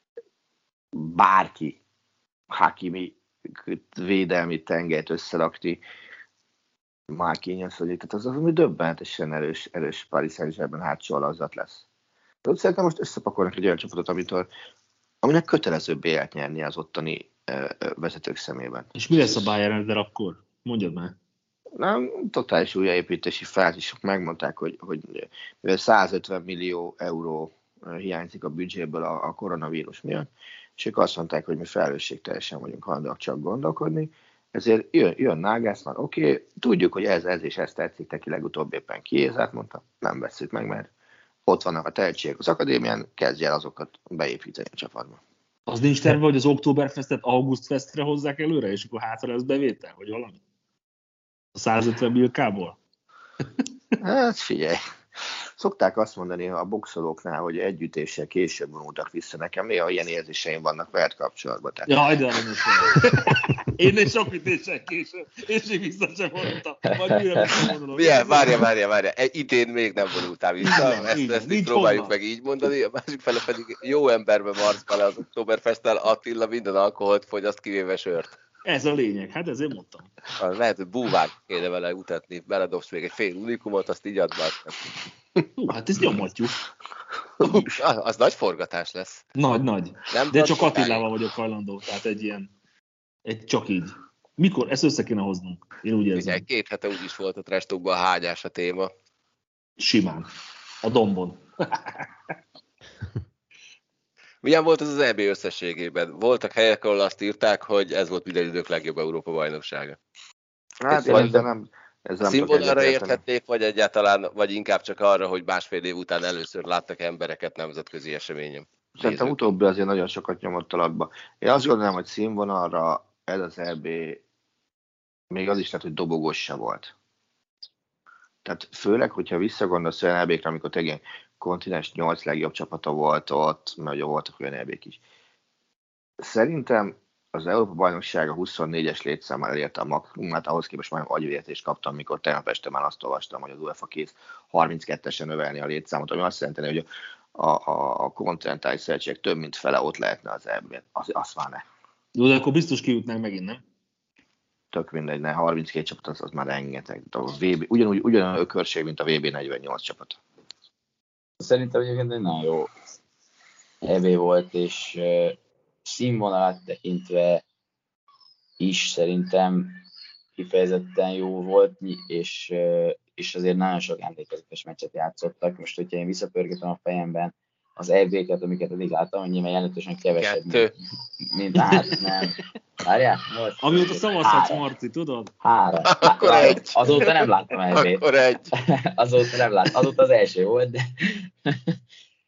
bárki, Hakimi védelmi tengelyt összerakni, Marquinhos, tehát az ami döbbenetesen erős Paris Saint-Germain hátsó alazat lesz. De ott szerintem most összepakolnak egy olyan csapatot, aminek kötelező bélyelt nyerni az ottani vezetők szemében. És mi lesz a Bayern akkor? Mondjad már. Nem, totális újjáépítési fázisok megmondták, hogy 150 millió euró hiányzik a büdzséből a koronavírus miatt, és ők azt mondták, hogy mi felelősségteljesen vagyunk hajlandóak csak gondolkodni, ezért jön Nagelsmann, oké, tudjuk, hogy ez és ez tetszik, neki legutóbb éppen Chiesát mondta, nem vesszük meg, mert ott vannak a tehetségek az akadémián, kezdj el azokat beépíteni a csapatba. Az nincs terve, hogy az Oktoberfestet Augustfestre hozzák előre, és akkor hátra lesz bevétel, vagy valami? A 150 milliókából? Hát figyelj, szokták azt mondani a boxolóknál, hogy együttéssel később vonultak vissza. Nekem néha ilyen érzéseim vannak veled kapcsolatban. Tehát... Jaj, de arra én is sok ütéssel később, és még vissza sem vonultam. Várja. Idén még nem vonultál vissza, ezt így próbáljuk meg így mondani, a másik fele pedig jó emberbe marsz bele az Oktoberfesttel, Attila minden alkoholt fogyaszt, kivéve sört. Ez a lényeg, hát ezért mondtam. Lehet, hogy búvár kéne vele utatni, beledobsz még egy fél unikumot, azt így add már. Hát ezt nyomatjuk. Az nagy forgatás lesz. Nagy. Nem de csak Attilával vagyok hajlandó, tehát csak így. Mikor? Ezt össze kéne hoznunk. Én úgy érzem. Ugye, 2 hete úgy is volt a trash talkban a hágyás a téma. Simán. A dombon. Milyen volt az EB összességében? Voltak helyek, ahol azt írták, hogy ez volt minden idők legjobb Európa-bajnoksága. Hát ezzel nem színvonalra érthették, vagy egyáltalán, vagy inkább csak arra, hogy másfél év után először láttak embereket nemzetközi eseményen? Szerintem utóbbi azért nagyon sokat nyomott alapba. Én azt gondolom, hogy színvonalra ez az EB még az is lehet, hogy dobogós se volt. Tehát főleg, hogyha visszagondolsz olyan EB-kre, amikor tényleg kontinens 8 legjobb csapata volt ott, mert voltak olyan EB-k is. Szerintem az Európa-bajnokság a 24-es létszámmal elérte a maximumát, ahhoz képest már agyvértést kaptam, amikor tegnap este már azt olvastam, hogy az UEFA kész 32-esen növelni a létszámot, ami azt jelenti, hogy a kontinentális szövetségek több mint fele ott lehetne az EB-ben. Azt már ne. Jó, de akkor biztos kijutnánk megint, nem? Tök mindegy, 32 csapat az már rengeteg. Ugyanolyan ökörség, mint a VB 48 csapat. Szerintem egyébként egy nagyon jó EB volt, és színvonalát tekintve is szerintem kifejezetten jó volt, és azért nagyon sok emlékezetes meccset játszottak. Most, hogyha én visszapörgetem a fejemben az EB-ket, amiket eddig láttam, hogy nyilván jelentősen kevesebb, mint nem. Várjál? Amióta szavazhatsz, Marci, tudod? 3. Akkor egy. Azóta nem láttam EB-t. Akkor egy. Azóta nem láttam. Azóta az első volt,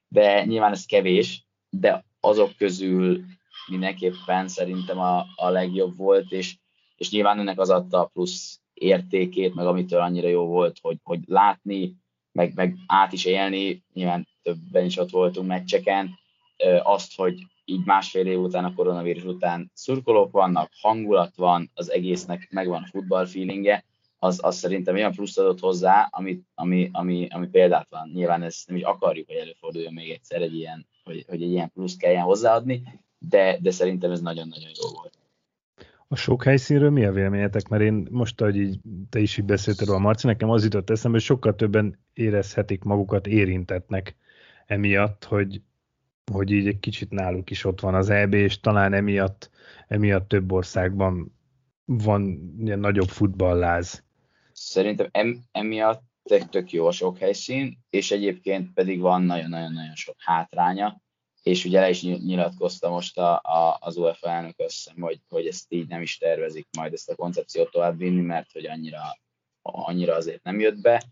de nyilván ez kevés, de azok közül mindenképpen szerintem a legjobb volt, és nyilván ennek az adta a plusz értékét, meg amitől annyira jó volt, hogy látni, meg át is élni, nyilván többen is ott voltunk meccseken, azt, hogy így másfél év után, a koronavírus után szurkolók vannak, hangulat van, az egésznek megvan a futball feelingje, az szerintem olyan pluszt adott hozzá, ami példátlan. Nyilván ezt nem is akarjuk, hogy előforduljon még egyszer hogy egy ilyen pluszt kelljen hozzáadni, de szerintem ez nagyon-nagyon jó volt. A sok helyszínről mi a véleményetek? Mert én most, ahogy így, te is így beszéltél róla, Marci, nekem az jutott eszembe, hogy sokkal többen érezhetik magukat érintetnek emiatt, hogy így egy kicsit náluk is ott van az EB, és talán emiatt több országban van ilyen nagyobb futballláz. Szerintem emiatt tök jó a sok helyszín, és egyébként pedig van nagyon-nagyon sok hátránya, és ugye le is nyilatkozta most az UEFA elnök összem, hogy ezt így nem is tervezik majd ezt a koncepciót továbbvinni, mert hogy annyira azért nem jött be.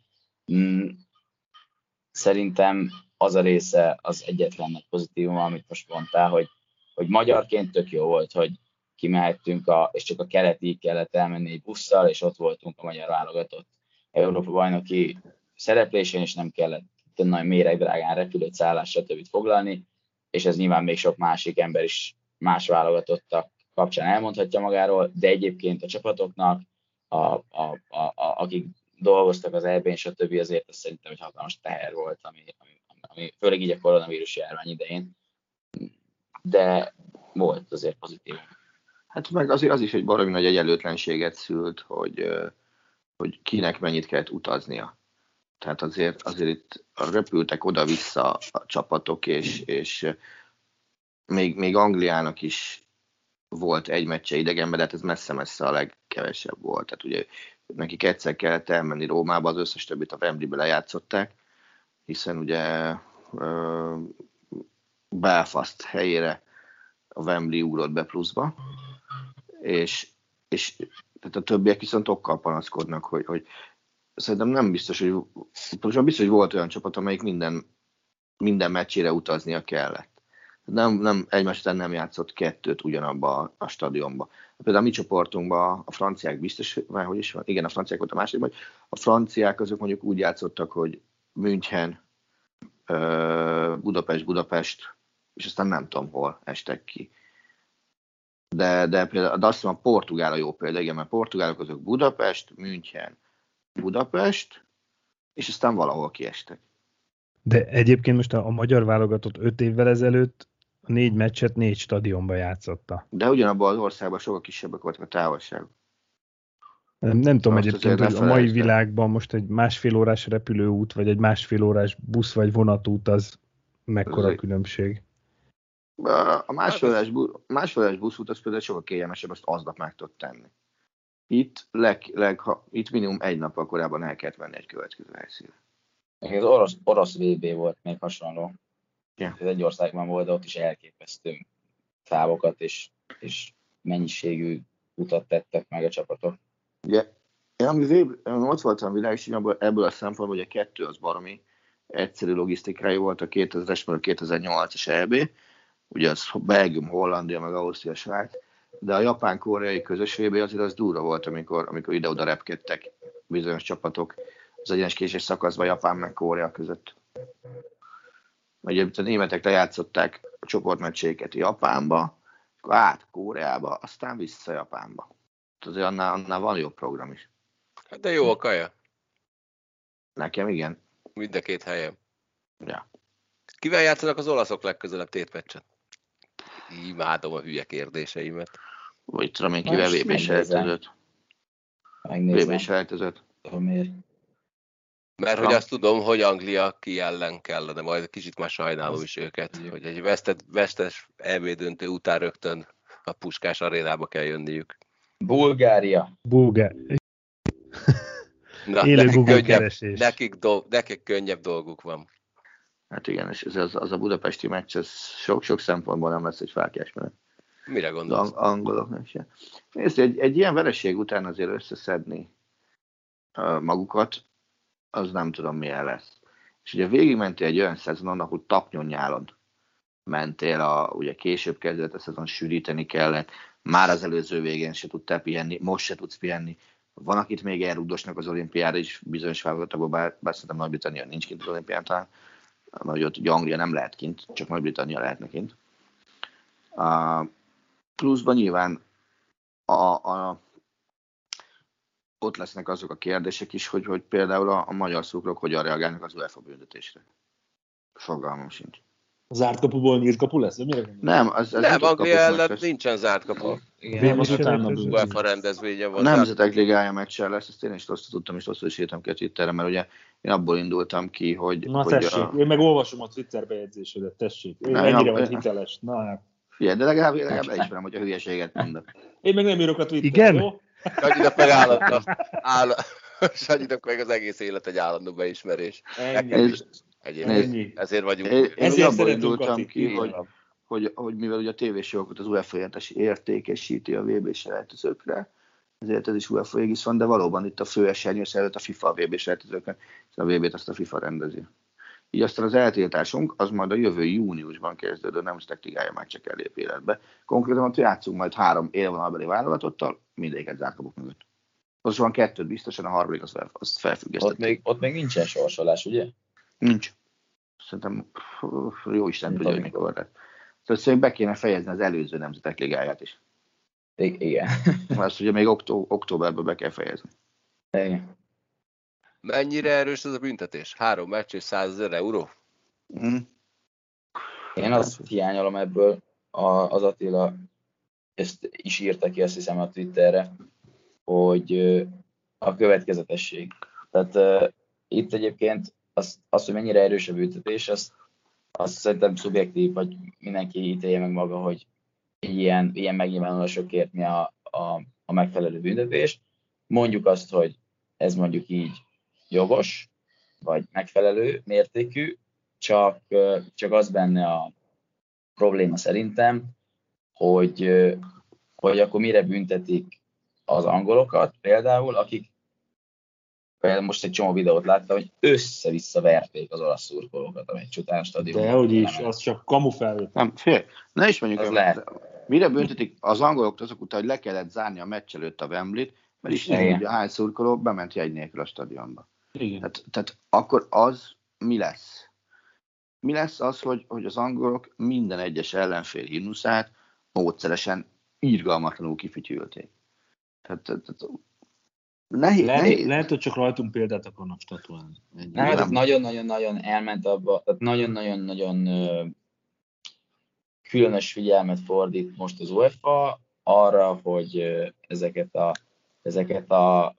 Szerintem az a része az egyetlen nagy pozitívum, amit most mondtál, hogy magyarként tök jó volt, hogy kimehettünk, és csak a keletig kellett elmenni egy busszal, és ott voltunk a magyar válogatott Európa-bajnoki szereplésén, és nem kellett nagyon méregdrágán repülőt, szállást, stb. Foglalni, és ez nyilván még sok másik ember is más válogatottak kapcsán elmondhatja magáról, de egyébként a csapatoknak, akik dolgoztak az EB-n, stb. Azért ez szerintem egy hatalmas teher volt, ami főleg így a koronavírus járvány idején, de volt azért pozitív. Hát meg azért az is egy baromi nagy egyenlőtlenséget szült, hogy kinek mennyit kellett utaznia. Tehát azért itt repültek oda-vissza a csapatok, és még Angliának is volt egy meccse idegenben, de hát ez messze-messze a legkevesebb volt. Tehát ugye nekik egyszer kellett elmenni Rómába, az összes többit a Wembleybe lejátszották, hiszen ugye Belfast helyére a Wembley ugrott be pluszba, és tehát a többiek viszont okkal panaszkodnak, hogy szerintem nem biztos, hogy volt olyan csapat, amelyik minden meccsére utaznia kellett. Nem egymás után nem játszott kettőt ugyanabba a stadionba. Például a mi csoportunkban a franciák biztos, hogy is van, igen, a franciák volt a második, vagy a franciák azok mondjuk úgy játszottak, hogy München, Budapest, és aztán nem tudom hol estek ki. De például azt hiszem a portugál a jó példa, igen, mert portugálok azok Budapest, München, Budapest, és aztán valahol kiestek. De egyébként most a magyar válogatott 5 évvel ezelőtt a 4 meccset 4 stadionba játszotta. De ugyanabban az országban sokkal kisebbek voltak a távolságok. Nem tudom egyébként, hogy a mai világban most egy másfél órás repülőút, vagy egy másfél órás busz vagy vonatút az mekkora különbség. A másfél órás buszút az például sokkal kényelmesebb, azt aznap meg tudod tenni. Itt minimum egy nappal korábban el kellett venni egy következő helyszínre. Az orosz VB volt még hasonló. Yeah. Ez egy országban volt, de ott is elképesztő távokat és mennyiségű utat tettek meg a csapatok. Ugye, én ott voltam világsinyabban, ebből a szempontból, hogy a 2 az baromi egyszerű logisztikája volt, a 2000-es, meg a 2008-as EB, ugye az Belgium, Hollandia, meg Ausztria, Svájc, de a japán-koreai közös VB azért az durva volt, amikor ide-oda repkedtek bizonyos csapatok az egyenes késés szakaszban Japán meg Korea között. Ugye a németek lejátszották a csoportmeccséket Japánba, akkor át Koreába, aztán vissza Japánba. Azért annál van jobb program is. De jó a kaja. Nekem igen. Mind a két helyen. Ja. Kivel játszanak az olaszok legközelebb tétmeccset? Imádom a hülye kérdéseimet. Vagy tudom én kivel VB-selejtezőt. VB-selejtezőt. Mert hogy azt tudom, hogy Anglia ki ellen kellene, majd kicsit már sajnálom is őket, hogy egy vesztes EB döntő után rögtön a Puskás arénába kell jönniük. Bulgária. Élő Google keresés. Nekik könnyebb dolguk van. Hát igen, és az a budapesti meccs, ez sok szempontból nem lesz egy fáklyás menet. Mire gondolsz? Angoloknak sem. Nézd, egy ilyen vereség után azért összeszedni magukat, az nem tudom milyen lesz. És ugye végigmentél egy olyan szezonon, ahol tapnyon nyálod mentél, ugye később kezdett a szezon, sűríteni kellett, már az előző végén se tudtál pihenni, most se tudsz pihenni. Van, akit még elrugdosnak az olimpiára is, bizonyos válogatokból, bár szerintem Nagy-Britannia nincs kint az olimpián talán, vagy ott ugye Anglia nem lehet kint, csak Nagy-Britannia lehetne kint. Pluszban nyilván ott lesznek azok a kérdések is, hogy például a magyar szurkolók hogyan reagálnak az UEFA büntetésre. Fogalmam sincs. A zárt kapuból nyílt kapu lesz? Nem, nem Anglia ellen nincsen zárt kapu. Igen, az utána UEFA rendezvénye van. A Nemzetek Ligája meccsen lesz, ezt én is rosszul tudtam, és rosszul is írtam ki a Twitterre, mert ugye én abból indultam ki, hogy... Na tessék, én meg olvasom a Twitter bejegyzésődet, tessék. Mennyire vagy hiteles. Na hát. Figyelj, de legalább leismerem, hogy a hülyeséget mondok. Én meg nem írok a Twitter, igen? Jó? Sanyinak meg állandó. Sanyinak meg az egész élet egy állandó beismerés. Ennyi. Ezért vagyunk. Én abból indultam ki, hogy mivel ugye a tévésjogokat az UEFA értékesíti a VB-selejtezőkre, ezért ez is UEFA égisz van, de valóban itt a fő esernyős előtt a FIFA a VB-selejtezőkön, és a VB-t azt a FIFA rendezi. Így aztán az eltiltásunk az majd a jövő júniusban kezdődő Nemzetek Ligája meccsek lép életbe. Konkrétan ott játszunk majd 3 élvonalbeli válogatottal, mindegyiket zárt kapuk mögött. Most van 2 biztosan, a harmadik azt felfüggesztettük. Ott még nincsen sorsolás, ugye? Nincs. Szerintem jó Isten tudja, mikor lesz. Szóval be kéne fejezni az előző Nemzetek Ligáját is. Igen. Azt ugye még októberben be kell fejezni. Igen. Mennyire erős ez a büntetés? 3 meccs és 100 000 euró? Én azt hiányolom ebből, az Attila ezt is írta ki, azt hiszem a Twitterre, hogy a következetesség. Tehát itt egyébként az, hogy mennyire erős a büntetés, azt szerintem szubjektív, vagy mindenki ítélje meg maga, hogy ilyen megnyilvánulásokért mi a megfelelő büntetés. Mondjuk azt, hogy ez mondjuk így jogos, vagy megfelelő mértékű, csak az benne a probléma szerintem, hogy akkor mire büntetik az angolokat, például, akik például most egy csomó videót láttam, hogy össze-vissza verték az olasz szurkolókat a meccs után a stadionban. Dehogy is, az csak kamufelvétel. Nem, ne is mondjuk, mire büntetik az angolokat azok után, hogy le kellett zárni a meccs előtt a Wembley-t, mert is nem tudja, hány szurkoló bement jegy nélkül a stadionba. Tehát akkor az mi lesz? Mi lesz az, hogy az angolok minden egyes ellenfél himnuszát módszeresen irgalmatlanul kifütyülték. Tehát nehéz. Lehet, hogy csak rajtunk példát akarnak statuálni. Nem, nagyon-nagyon-nagyon elment abba, tehát nagyon-nagyon-nagyon különös figyelmet fordít most az UEFA arra, hogy ezeket a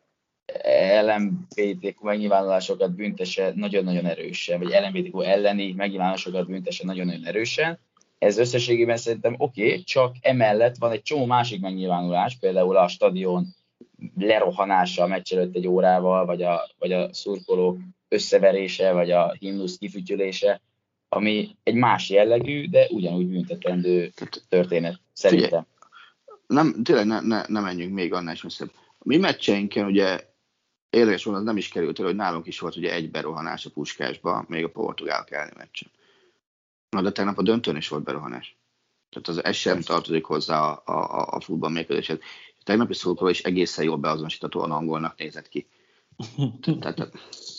LMBTQ megnyilvánulásokat büntesse nagyon-nagyon erősen, vagy LMBTQ elleni megnyilvánulásokat büntesse nagyon-nagyon erősen. Ez összességében szerintem oké, csak emellett van egy csomó másik megnyilvánulás, például a stadion lerohanása a meccs előtt egy órával, vagy a szurkolók összeverése, vagy a himnusz kifütyülése, ami egy más jellegű, de ugyanúgy büntetendő történet, szerintem. Tényleg ne menjünk még annál is messzebb. A mi meccseinken ugye érdekes volna, az nem is került el, hogy nálunk is volt ugye egy berohanás a Puskásba, még a portugálok elleni meccsen. Na, de tegnap a döntőn is volt berohanás. Tehát ez sem tartozik hozzá a futball mérkőzéshez. A tegnapi szurkoló is egészen jól beazonosíthatóan angolnak nézett ki. Tehát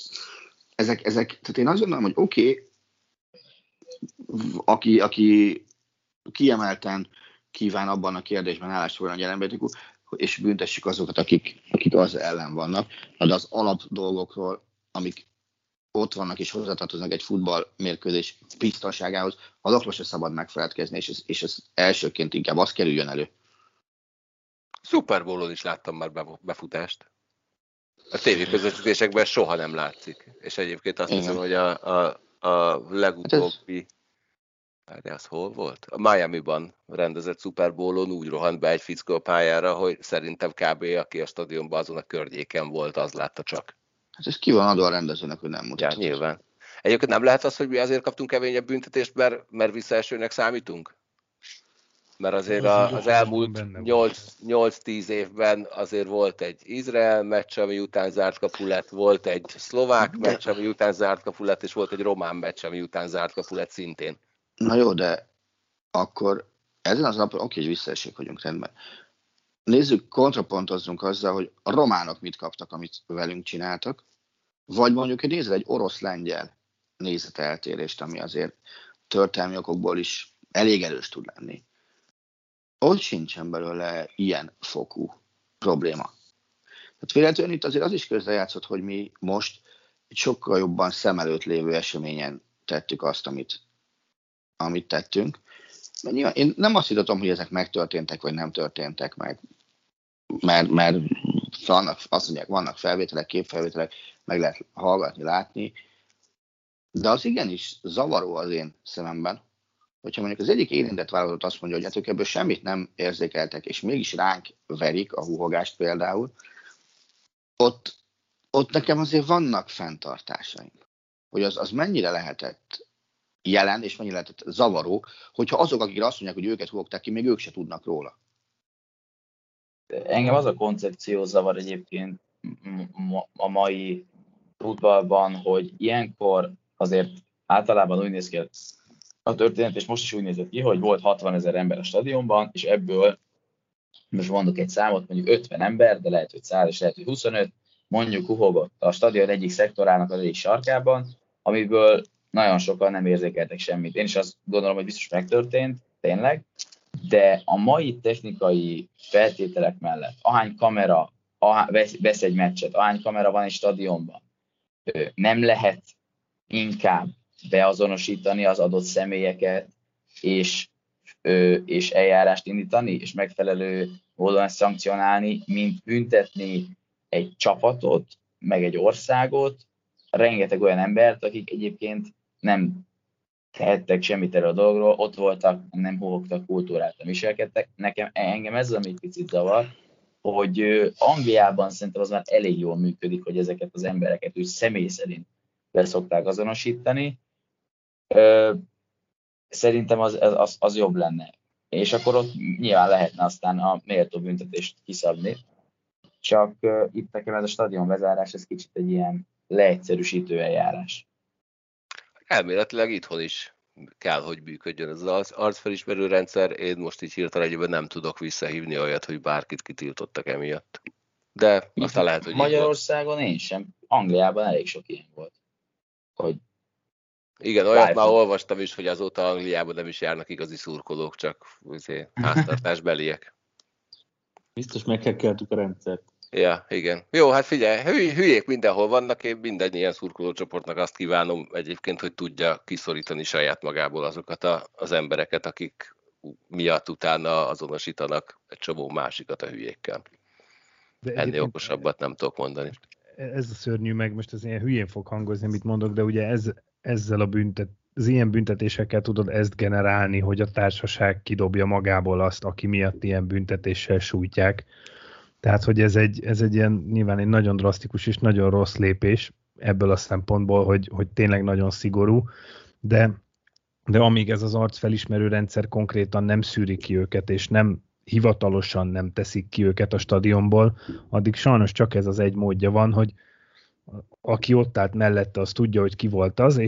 én azt gondolom, hogy oké, aki kiemelten kíván abban a kérdésben állást foglalni a LMBTQ, és büntessük azokat, akik az ellen vannak, de az alap dolgokról, amik ott vannak és hozzátartoznak egy futballmérkőzés biztonságához, azokról se szabad megfeledkezni, és ez elsőként inkább az kerüljön elő. Super Bowl-on is láttam már befutást. A tévéközvetítésekben soha nem látszik. És egyébként azt hiszem, hogy a legutóbbi... De az hol volt? A Miami-ban rendezett Super Bowl-on úgy rohant be egy fickó a pályára, hogy szerintem kb. Aki a stadionban azon a környéken volt, az látta csak. Hát ez ki van adva a rendezőnek, hogy nem mutatott. Ja, nyilván. Egyébként nem lehet az, hogy mi azért kaptunk keményebb büntetést, mert visszaesőnek számítunk? Mert azért az elmúlt 8-10 évben azért volt egy Izrael meccs, ami után zárt kapu lett, volt egy szlovák meccs, ami után zárt kapu lett, és volt egy román meccs, ami után zárt kapu lett szintén. Na jó, de akkor ezen az napon, oké, hogy visszaesik vagyunk, rendben. Nézzük, kontrapontozzunk azzal, hogy a románok mit kaptak, amit velünk csináltak, vagy mondjuk nézd egy orosz-lengyel nézeteltérést, ami azért történelmi okokból is elég erős tud lenni. Ott sincsen belőle ilyen fokú probléma. Tehát véletlenül itt azért az is közrejátszott, hogy mi most egy sokkal jobban szem előtt lévő eseményen tettük azt, amit tettünk. Nyilván, én nem azt hittatom, hogy ezek megtörténtek, vagy nem történtek meg, mert azt mondják, vannak felvételek, képfelvételek, meg lehet hallgatni, látni, de az igenis zavaró az én szememben, hogyha mondjuk az egyik érintett vállalat azt mondja, hogy hát ők ebből semmit nem érzékeltek, és mégis ránk verik a húhogást például, ott nekem azért vannak fenntartásaim, hogy az mennyire lehetett jelen, és mennyire lehetett zavaró, hogyha azok, akik azt mondják, hogy őket húgták ki, még ők se tudnak róla. Engem az a koncepció zavar egyébként a mai futballban, hogy ilyenkor azért általában úgy néz ki a történet, és most is úgy nézett ki, hogy volt 60 000 ember a stadionban, és ebből, most mondok egy számot, mondjuk 50 ember, de lehet, hogy 100 és lehet, hogy 25, mondjuk huhogott a stadion egyik szektorának az egyik sarkában, amiből nagyon sokan nem érzékeltek semmit. Én is azt gondolom, hogy biztos megtörtént, tényleg, de a mai technikai feltételek mellett, ahány kamera vesz egy meccset, ahány kamera van egy stadionban, nem lehet inkább beazonosítani az adott személyeket, és eljárást indítani, és megfelelő módon ezt szankcionálni, mint büntetni egy csapatot, meg egy országot, rengeteg olyan embert, akik egyébként nem tehettek semmit erről a dologról, ott voltak, nem húgtak, kultúráltan viselkedtek. Engem ez az, ami picit zavar, hogy Angliában szerintem az már elég jól működik, hogy ezeket az embereket úgy személy szerint szokták azonosítani. Szerintem az jobb lenne. És akkor ott nyilván lehetne aztán a méltó büntetést kiszabni. Csak itt nekem ez a stadion bezárás, ez kicsit egy ilyen leegyszerűsítő eljárás. Elméletileg itthon is kell, hogy működjön ez az arcfelismerő rendszer. Én most így hirtelen nem tudok visszahívni olyat, hogy bárkit kitiltottak emiatt. De aztán lehet, hogy Magyarországon én sem. Angliában elég sok ilyen volt. Hogy igen, olyat már olvastam is, hogy azóta Angliában nem is járnak igazi szurkolók, csak háztartásbeliek. Biztos meghekkeltük a rendszert. Ja, igen. Jó, hát figyelj, hülyék mindenhol vannak, én minden ilyen szurkolócsoportnak azt kívánom egyébként, hogy tudja kiszorítani saját magából azokat az embereket, akik miatt utána azonosítanak egy csomó másikat a hülyékkel. Ennél okosabbat nem tudok mondani. Ez a szörnyű, meg most ez ilyen hülyén fog hangozni, amit mondok, de ugye ezzel az ilyen büntetésekkel tudod ezt generálni, hogy a társaság kidobja magából azt, aki miatt ilyen büntetéssel sújtják. Tehát, hogy ez egy ilyen, nyilván egy nagyon drasztikus és nagyon rossz lépés ebből a szempontból, hogy tényleg nagyon szigorú, de amíg ez az arcfelismerő rendszer konkrétan nem szűri ki őket, és nem hivatalosan nem teszik ki őket a stadionból, addig sajnos csak ez az egy módja van, hogy aki ott állt mellette, az tudja, hogy ki volt az,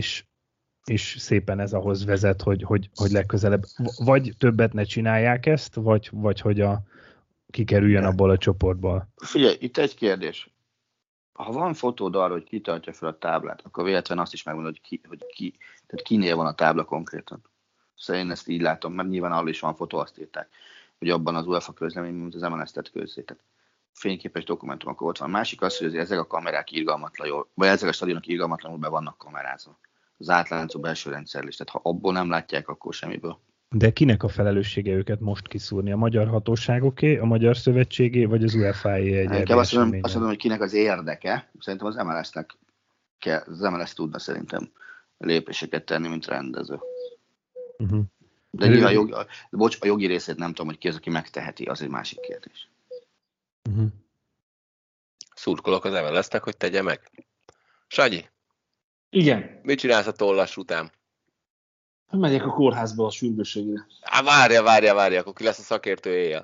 és szépen ez ahhoz vezet, hogy legközelebb vagy többet ne csinálják ezt, vagy hogy kikerüljön abból a csoportból. Figyelj, itt egy kérdés. Ha van fotód arra, hogy ki tartja fel a táblát, akkor véletlenül azt is megmondod, tehát kinél van a tábla konkrétan. Szóval én ezt így látom, mert nyilván arról is van fotó, azt írták, hogy abban az UEFA közlemény, mint az MLS tett közzé. Tehát fényképes dokumentum, akkor ott van. Másik az, hogy ezek a kamerák irgalmatlanul, vagy ezek a stadionok irgalmatlanul be vannak kamerázva. Az átláncú belső rendszer is. Tehát ha abból nem látják, akkor semmiből. De kinek a felelőssége őket most kiszúrni? A magyar hatóságoké, a Magyar Szövetségé, vagy az UEFA-é egy inkább azt mondom, hogy kinek az érdeke. Szerintem az MLS-nek kell, az MLS tudna szerintem lépéseket tenni, mint rendező. Uh-huh. De nyilván a jogi részét nem tudom, hogy ki az, aki megteheti, az egy másik kérdés. Uh-huh. Szurkolok az MLS-nek, hogy tegye meg. Sanyi? Igen. Mit csinálsz a tollas után? Megyek a kórházba a sürgősségre. Várja, akkor ki lesz a szakértő éjjel?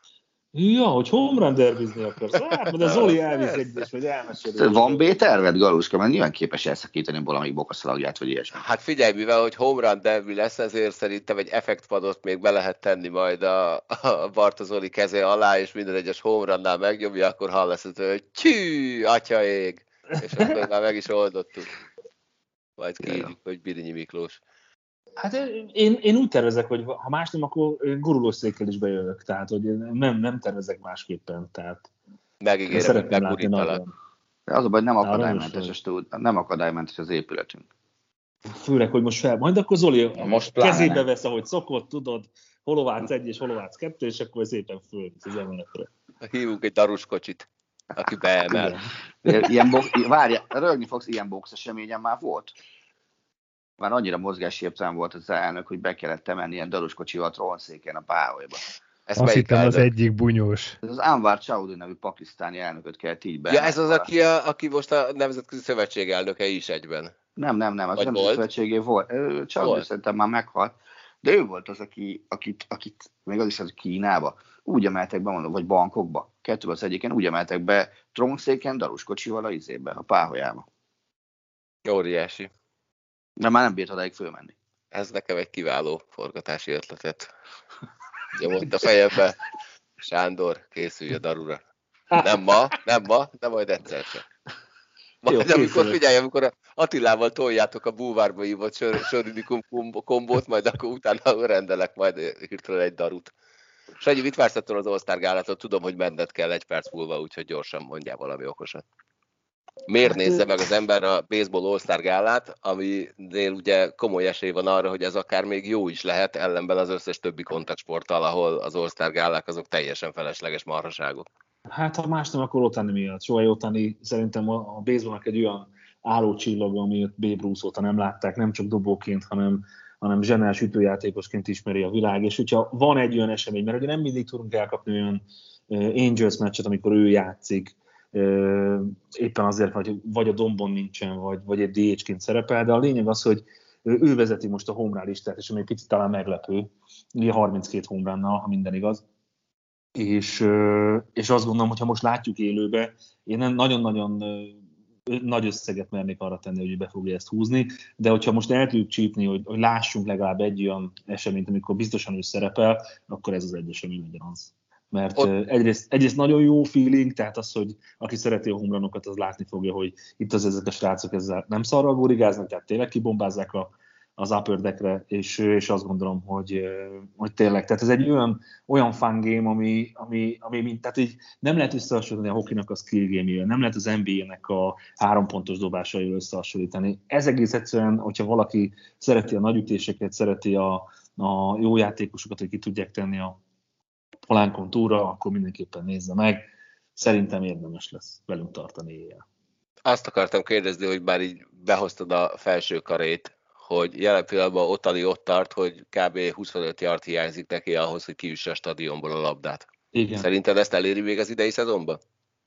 Ja, hogy home run derbizni akarsz. Hát, de Zoli elvisz egyes, vagy elmesél. Van B-terved, Galuska? Mert nyilván képes elszakítani valamelyik bokaszalagját, vagy ilyesmi. Hát figyelj, mivel hogy home run derby lesz, ezért szerintem egy effektpadot még be lehet tenni majd a Barta Zoli kezé alá, és minden egyes home runnál megnyomja, akkor hallasz, hogy csű, atyaég! És akkor már meg is oldottuk. Majd kiírjuk, hogy Birinyi Miklós. Hát én úgy tervezek, hogy ha más nem, akkor gurulós székkel is bejövök, tehát hogy nem tervezek másképpen, tehát megígérem, hogy meggurítalak. De az a baj, nem akadálymentes az épületünk. Főleg, hogy most majd akkor Zoli kezébe vesz, ahogy szokott, tudod, Holovácz 1 és Holovácz 2, és akkor szépen fölvisz az emeletre. Hívunk egy daruskocsit, aki beemel. Várja, rögni fogsz, ilyen box eseményen már volt? Már annyira mozgássértelen volt az elnök, hogy be kellett emelni ilyen daruskocsival trónszéken a páholyba. Azt hittem az egyik bunyós. Ez az Anwar Chaudhry nevű pakisztáni elnököt kellett így be. Ja, ez az, aki most a Nemzetközi Szövetség elnöke is egyben. Nem, az Nemzetközi Szövetségé volt. Chaudhry szerintem már meghalt, de ő volt az, akit még az is az Kínába úgy emeltek be, mondom, vagy Bangkokba, kettőben az egyiken úgy emeltek be trónszéken daruskocsival a izébe, a páholyába. Óriási. De már nem bírt odáig fölmenni. Ez nekem egy kiváló forgatási ötletet. Ugye mondta a fejembe, Sándor, készülj a darura. Nem ma, de majd egyszer sem. Majd amikor Attilával toljátok a búvárba hívott Sörinikum kombót, majd akkor utána rendelek majd hirtelen egy darut. Sanyi, mit vársz ettől az All-Star gálától? Tudom, hogy menned kell 1 perc múlva, úgyhogy gyorsan mondjál valami okosat. Miért nézze meg az ember a baseball All-Star gálát, aminél ugye komoly esély van arra, hogy ez akár még jó is lehet, ellenben az összes többi kontaktsporttal, ahol az All-Star gálák azok teljesen felesleges marhaságok. Hát ha más nem, akkor Ohtani miatt. Shohei Ohtani szerintem a baseballnak egy olyan állócsillag, amit Babe Ruth óta nem látták, nem csak dobóként, hanem zseniális ütőjátékosként ismeri a világ, és hogyha van egy olyan esemény, mert ugye nem mindig tudunk elkapni olyan Angels meccset, amikor ő játszik, éppen azért, vagy a dombon nincsen, vagy egy DH-ként szerepel, de a lényeg az, hogy ő vezeti most a home run listát, és ami egy picit talán meglepő, ugye 32 home runnal, ha minden igaz, és azt gondolom, hogy ha most látjuk élőbe, én nagyon-nagyon nagy összeget mernék arra tenni, hogy be fogja ezt húzni, de hogyha most el tudjuk csípni, hogy lássunk legalább egy olyan eseményt, amikor biztosan ő szerepel, akkor ez az egy esemény legyen az. Mert egyrészt nagyon jó feeling, tehát az, hogy aki szereti a home runokat, az látni fogja, hogy itt ezek a srácok ezzel nem szarral górigáznak, tehát tényleg kibombázzák az upper deckre, és azt gondolom, hogy tényleg, tehát ez egy olyan fun game, ami tehát így nem lehet összehasonlítani a hokinak a skill game-jével, nem lehet az NBA-nek a 3 pontos dobásaival összehasonlítani. Ez egész egyszerűen, hogyha valaki szereti a nagyütéseket, szereti a jó játékosokat, hogy ki tudják tenni a palánkon túlra, akkor mindenképpen nézze meg. Szerintem érdemes lesz velünk tartani éjjel. Azt akartam kérdezni, hogy már így behoztad a felső karét, hogy jelen pillanatban Ohtani ott tart, hogy kb. 25 yard hiányzik neki ahhoz, hogy kiüsse a stadionból a labdát. Igen. Szerinted ezt eléri még az idei szezonban?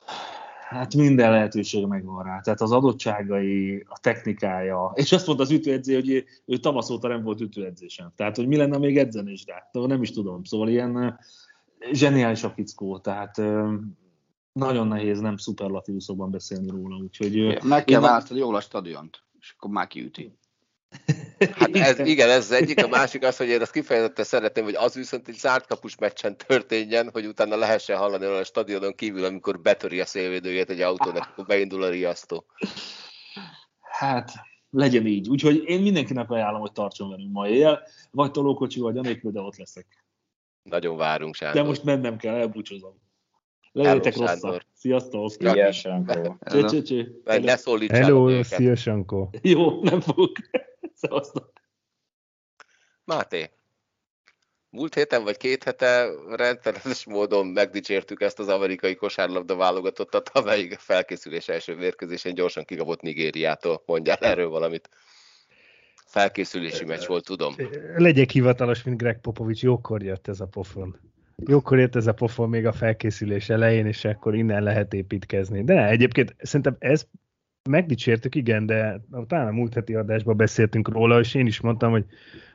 Hát minden lehetőség megvan rá. Tehát az adottságai, a technikája, és azt mondta az ütőedző, hogy ő tavasz óta nem volt ütőedzésen. Tehát, hogy mi lenne még edzeni is rá. Nem is tudom. Szóval ilyen zseniális a fickó, tehát nagyon nehéz nem szuperlatívuszokban beszélni róla. Úgyhogy, meg kell választani jól a stadiont, és akkor már kiüti. Hát ez az egyik, a másik az, hogy én azt kifejezetten szeretném, hogy az viszont egy zárt kapus meccsen történjen, hogy utána lehessen hallani a stadionon kívül, amikor betöri a szélvédőjét egy autónak, akkor beindul a riasztó. Hát, legyen így. Úgyhogy én mindenkinek ajánlom, hogy tartson velünk ma éjjel, vagy tolókocsi, vagy anélkül, de ott leszek. Nagyon várunk, Sándor. De most mennem kell, elbúcsúzom. Lejjetek rosszat. Sziasztok. Szia, Sankó. Ne szólítsál hello, szia, Sankó. Jó, nem fogok. Szevasztok. Máté, múlt héten vagy 2 hete rendszeres módon megdicsértük ezt az amerikai kosárlabda válogatottat, amelyik felkészülés első mérkőzésen gyorsan kikapott Nigériától. Mondjál erről valamit. Felkészülési meccs volt, tudom. Legyek hivatalos, mint Greg Popovich, jókor jött ez a pofon. Jókor jött ez a pofon még a felkészülés elején, és akkor innen lehet építkezni. De egyébként szerintem ez megdicsértük, igen, de talán a múlt heti adásban beszéltünk róla, és én is mondtam,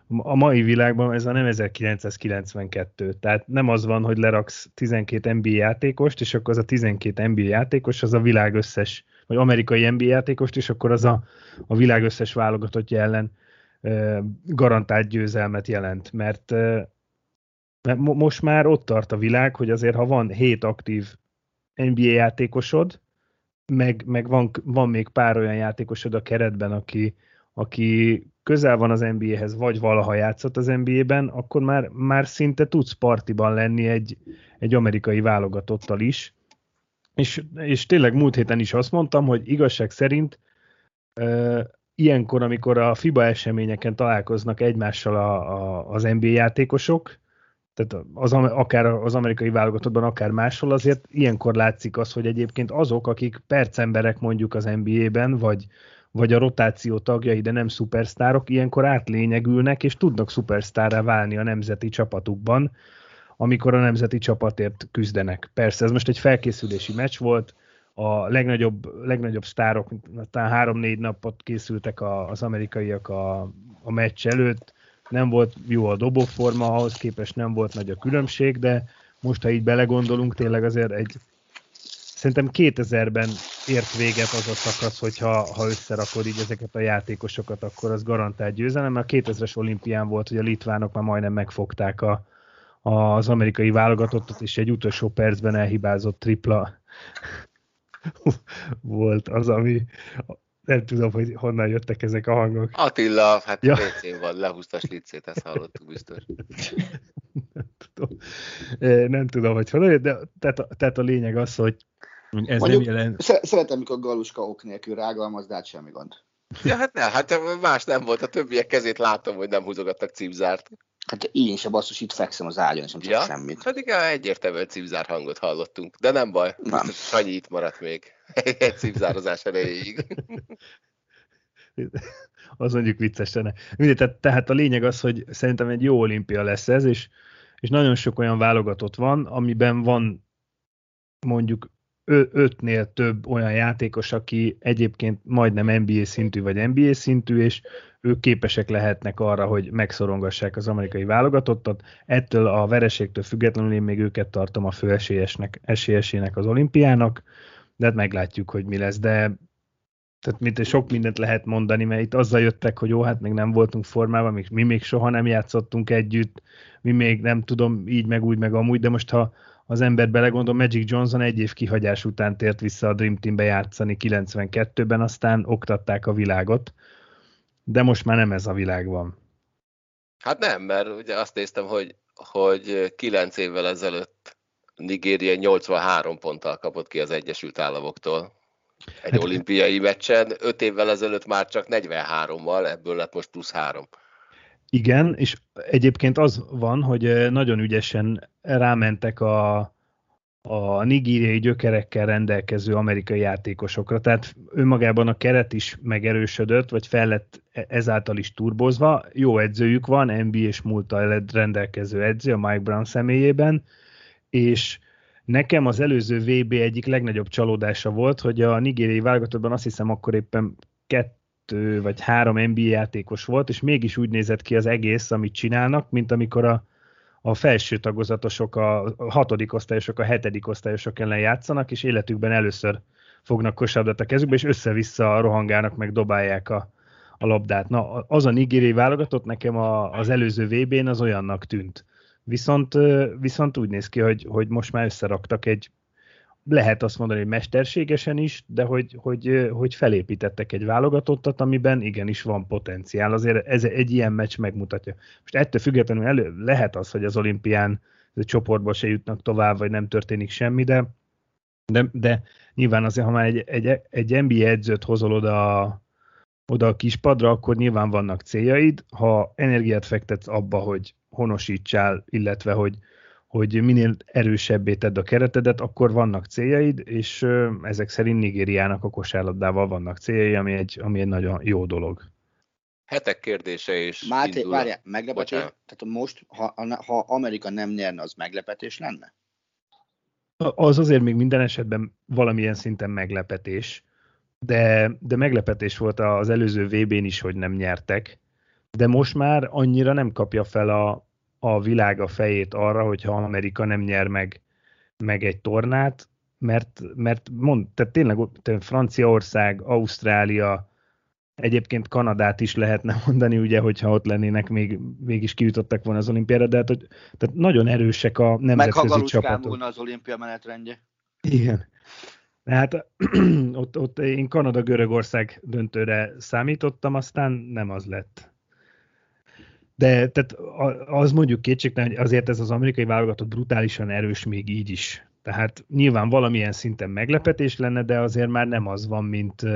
A mai világban ez a nem 1992, tehát nem az van, hogy leraksz 12 NBA játékost, és akkor az a 12 NBA játékos az a világ összes, vagy amerikai NBA játékost, és akkor az a világ összes válogatottja ellen garantált győzelmet jelent, mert most már ott tart a világ, hogy azért ha van 7 aktív NBA játékosod, meg van még pár olyan játékosod a keretben, aki közel van az NBA-hez, vagy valaha játszott az NBA-ben, akkor már szinte tudsz partiban lenni egy amerikai válogatottal is. És tényleg múlt héten is azt mondtam, hogy igazság szerint ilyenkor, amikor a FIBA eseményeken találkoznak egymással az NBA játékosok, tehát akár az amerikai válogatottban, akár máshol, azért ilyenkor látszik az, hogy egyébként azok, akik percemberek mondjuk az NBA-ben, vagy a rotáció tagjai, de nem szupersztárok, ilyenkor átlényegülnek, és tudnak szupersztárrá válni a nemzeti csapatukban, amikor a nemzeti csapatért küzdenek. Persze, ez most egy felkészülési meccs volt, a legnagyobb sztárok, talán 3-4 napot készültek az amerikaiak a meccs előtt, nem volt jó a dobóforma, ahhoz képest nem volt nagy a különbség, de most, ha így belegondolunk, tényleg azért szerintem 2000-ben ért véget az a szakasz, hogyha összerakod így ezeket a játékosokat, akkor az garantált győzelem, mert a 2000-es olimpián volt, hogy a litvánok már majdnem megfogták az amerikai válogatottat, és egy utolsó percben elhibázott tripla volt az, ami nem tudom, hogy honnan jöttek ezek a hangok. Attila, hát ja. WC-n van, lehúzta a slicét, ezt hallottuk biztos. Nem tudom, hogy honnan jött, de tehát a lényeg az, hogy ez mondjuk, nem jelent. Szeretem, mikor Galuska ok nélkül rágalmaz, de hát semmi gond. Ja, hát más nem volt, a többiek kezét látom, hogy nem húzogattak címzárt. Hát én is a basszus, itt fekszem az ágyon, és nem csak semmit. Pedig egyértelműen címzár hangot hallottunk, de nem baj, nem. Sanyi itt maradt még egy címzározás erejéig. Az mondjuk vicces lenne. Tehát a lényeg az, hogy szerintem egy jó olimpia lesz ez, és nagyon sok olyan válogatott van, amiben van mondjuk 5-nél több olyan játékos, aki egyébként majdnem NBA szintű vagy NBA szintű, és ők képesek lehetnek arra, hogy megszorongassák az amerikai válogatottat. Ettől a vereségtől függetlenül én még őket tartom a fő esélyesének az olimpiának, de hát meglátjuk, hogy mi lesz. De tehát sok mindent lehet mondani, mert itt azzal jöttek, hogy jó, hát még nem voltunk formában, mi még soha nem játszottunk együtt, mi még nem tudom, így meg úgy, meg amúgy, de most ha az ember belegondol, Magic Johnson 1 év kihagyás után tért vissza a Dream Teambe játszani 92-ben, aztán oktatták a világot, de most már nem ez a világ van. Hát nem, mert ugye azt néztem, hogy 9 évvel ezelőtt Nigéria 83 ponttal kapott ki az Egyesült Államoktól egy olimpiai meccsen, 5 évvel ezelőtt már csak 43-mal, ebből lett most +3. Igen, és egyébként az van, hogy nagyon ügyesen rámentek a nigériai gyökerekkel rendelkező amerikai játékosokra, tehát önmagában a keret is megerősödött, vagy fel lett ezáltal is turbozva. Jó edzőjük van, NBA-s múlttal rendelkező edző a Mike Brown személyében, és nekem az előző VB egyik legnagyobb csalódása volt, hogy a nigériai válogatottban azt hiszem akkor éppen 2 vagy 3 NBA játékos volt, és mégis úgy nézett ki az egész, amit csinálnak, mint amikor a felső tagozatosok, a 6. osztályosok, a 7. osztályosok ellen játszanak, és életükben először fognak kosárlabdát a kezükbe, és össze-vissza rohangálnak, meg dobálják a labdát. Na, az a nigériai válogatott nekem az előző VB-n az olyannak tűnt. Viszont úgy néz ki, hogy most már összeraktak lehet azt mondani, hogy mesterségesen is, de hogy felépítettek egy válogatottat, amiben igenis van potenciál. Azért ez egy ilyen meccs megmutatja. Most ettől függetlenül lehet az, hogy az olimpián a csoportba se jutnak tovább, vagy nem történik semmi, de nyilván azért, ha már egy NBA edzőt hozol oda a kispadra, akkor nyilván vannak céljaid. Ha energiát fektetsz abba, hogy honosítsál, illetve hogy minél erősebbé tedd a keretedet, akkor vannak céljaid, és ezek szerint Nigériának a kosárlabdával vannak céljai, ami egy nagyon jó dolog. Hetek kérdése és Máté, várjál, meglepetés? Tehát most, ha Amerika nem nyerne, az meglepetés lenne? Az azért még minden esetben valamilyen szinten meglepetés, de meglepetés volt az előző VB-n is, hogy nem nyertek, de most már annyira nem kapja fel a világ a fejét arra, hogyha Amerika nem nyer meg egy tornát, mert tehát tényleg Franciaország, Ausztrália, egyébként Kanadát is lehetne mondani, ugye, hogyha ott lennének, mégis kijutottak volna az olimpiára, de tehát nagyon erősek a nemzetközi csapatok. Az olimpia menetrendje. Igen. Hát ott én Kanada-Görögország döntőre számítottam, aztán nem az lett. De tehát az mondjuk kétségtelen, hogy azért ez az amerikai válogatott brutálisan erős még így is. Tehát nyilván valamilyen szinten meglepetés lenne, de azért már nem az van,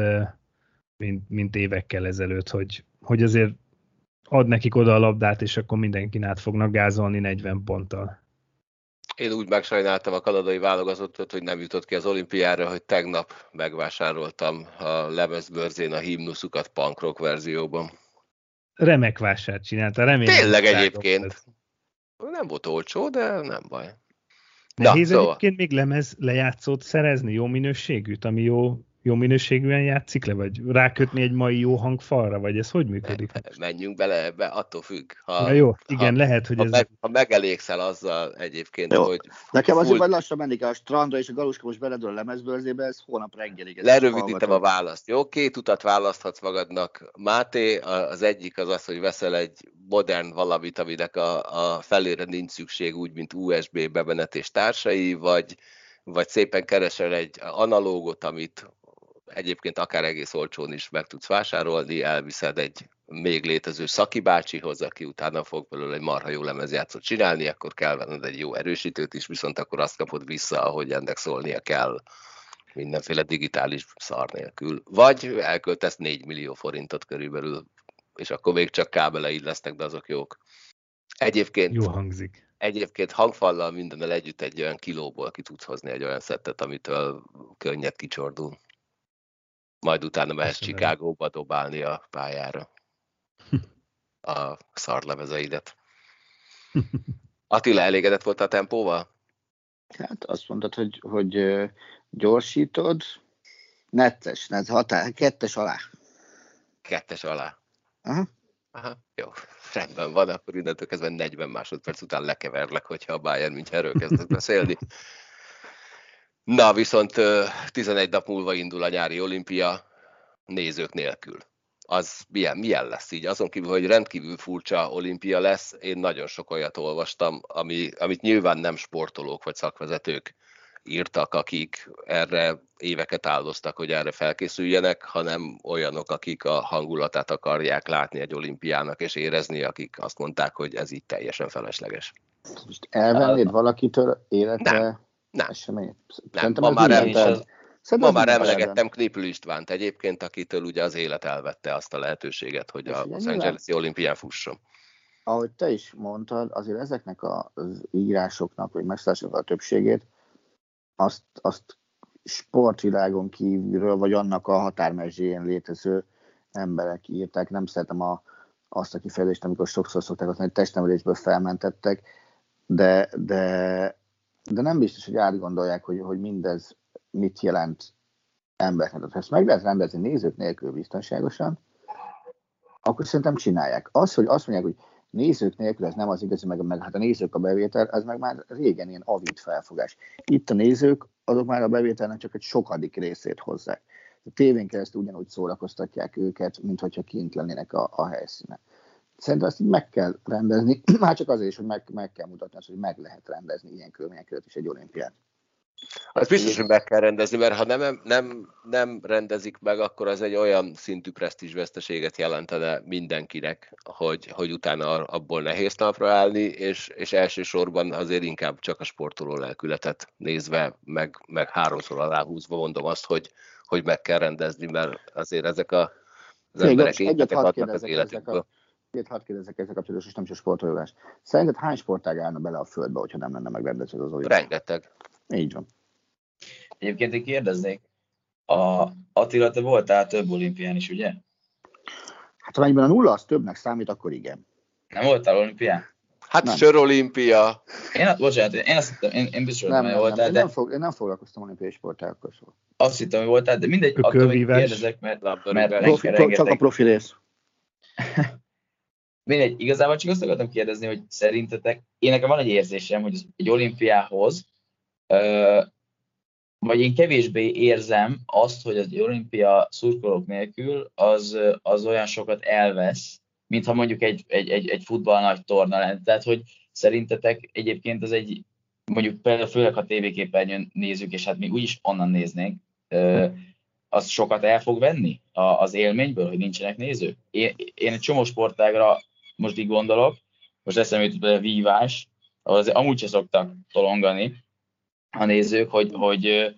mint évekkel ezelőtt, hogy azért ad nekik oda a labdát, és akkor mindenkin át fognak gázolni 40 ponttal. Én úgy megsajnáltam a kanadai válogatottat, hogy nem jutott ki az olimpiára, hogy tegnap megvásároltam a lemezbörzén a himnuszukat punk rock verzióban. Remek vásárt csinálta, remélem. Tényleg egyébként. Nem volt olcsó, de nem baj. Nehéz egyébként még lemez lejátszót szerezni, jó minőségűt, ami jó minőségűen játszik le, vagy rákötni egy mai jó hangfalra, vagy ez hogy működik? Menjünk bele ebbe, attól függ. Jó, igen, lehet, hogy ha megelégszel azzal egyébként, jó. hogy... Nekem azért vagy lassan menni kell a strandra, és a Galuska most beledől a lemezbőrzébe, ez hónap reggelig. Lerövidítem a választ, jó? 2 utat választhatsz magadnak. Máté, az egyik az, hogy veszel egy modern valamit, aminek a felére nincs szükség, úgy, mint USB bemenet és társai, vagy szépen keresel egy analógot, amit egyébként akár egész olcsón is meg tudsz vásárolni, elviszed egy még létező Szaki bácsihoz, aki utána fog belőle egy marha jó lemezjátszót csinálni, akkor kell venned egy jó erősítőt is, viszont akkor azt kapod vissza, ahogy ennek szólnia kell, mindenféle digitális szar nélkül. Vagy elköltesz 4 millió forintot körülbelül, és akkor még csak kábeleid lesznek, de azok jók. Jó hangzik. Egyébként hangfallal mindennel együtt egy olyan kilóból ki tudsz hozni egy olyan szettet, amitől könnyed kicsordul. Majd utána mehetsz Chicagóba dobálni a pályára a szarlemezeidet. Attila, elégedett volt a tempóval? Hát azt mondtad, hogy gyorsítod, netes, határ, 2 alá. 2 alá. Aha, jó. Rendben van, akkor innentől kezdve 40 másodperc után lekeverlek, hogyha a Bayern Münchenről kezdett beszélni. Na, viszont 11 nap múlva indul a nyári olimpia nézők nélkül. Az milyen lesz így? Azon kívül, hogy rendkívül furcsa olimpia lesz, én nagyon sok olyat olvastam, amit nyilván nem sportolók vagy szakvezetők írtak, akik erre éveket áldoztak, hogy erre felkészüljenek, hanem olyanok, akik a hangulatát akarják látni egy olimpiának és érezni, akik azt mondták, hogy ez így teljesen felesleges. Most elvennéd valakitől életre eseményt? Nem, ma már emlegettem Knipl Istvánt egyébként, akitől ugye az élet elvette azt a lehetőséget, hogy a Los Angeles-i olimpián fusson. Ahogy te is mondtad, azért ezeknek az írásoknak, vagy megszállásoknak a többségét, azt sportvilágon kívülről, vagy annak a határmezsén létező emberek írták. Nem szeretem azt a kifejezést, amikor sokszor szokták azt mondani, hogy testnevelésből felmentettek, de nem biztos, hogy átgondolják, hogy mindez mit jelent embereknek. Ha ezt meg lehet rendezni nézők nélkül biztonságosan, akkor szerintem csinálják. Az, hogy azt mondják, hogy nézők nélkül ez nem az igazi, meg hát a nézők a bevétel, az meg már régen ilyen avid felfogás. Itt a nézők, azok már a bevételnek csak egy sokadik részét hozzák. A tévén keresztül ugyanúgy szórakoztatják őket, mint hogyha kint lennének a helyszínen. Szerintem ezt így meg kell rendezni, már csak azért is, hogy meg kell mutatni azt, hogy meg lehet rendezni ilyen körülmények között is egy olimpiát. Az biztos, hogy meg kell rendezni, mert ha nem rendezik meg, akkor az egy olyan szintű presztízsveszteséget jelentene mindenkinek, hogy utána abból nehéz napra állni, és elsősorban azért inkább csak a sportoló lelkületet nézve, meg háromszor aláhúzva mondom azt, hogy meg kell rendezni, mert azért ezek az emberek életeket adnak az életükből. Hadd kérdezzek ezzel kapcsolatban, és nem csak sportolódás. Szerinted hány sportág állna bele a földbe, hogyha nem lenne megrendezve az olimpia? Rengeteg. Így van. Egyébként én kérdeznék, Attila, te voltál több olimpián is, ugye? Hát amennyiben a 0 az többnek számít, akkor igen. Nem voltál olimpián? Hát nem. Sörolimpia. Bocsánat, én azt hittem, én biztos, hogy voltál, de... Én nem foglalkoztam olimpiai sportákkal, szóval. Azt hittem, hogy voltál, de mindegy, akkor még kérdezek, mert csak a profi rész. mindegy, igazából csak azt akartam kérdezni, hogy szerintetek, én nekem van egy érzésem, hogy egy olimpiához, vagy én kevésbé érzem azt, hogy az olimpia szurkolók nélkül az olyan sokat elvesz, mintha mondjuk egy futball nagy torna lenne. Tehát, hogy szerintetek egyébként az egy, mondjuk például főleg, ha tévéképernyőn nézzük, és hát mi úgyis onnan néznénk, az sokat el fog venni az élményből, hogy nincsenek nézők. Én egy csomó sportágra most így gondolok, most eszembe jutott a vívás, ahol azért amúgy sem szoktak tolongani a nézők, hogy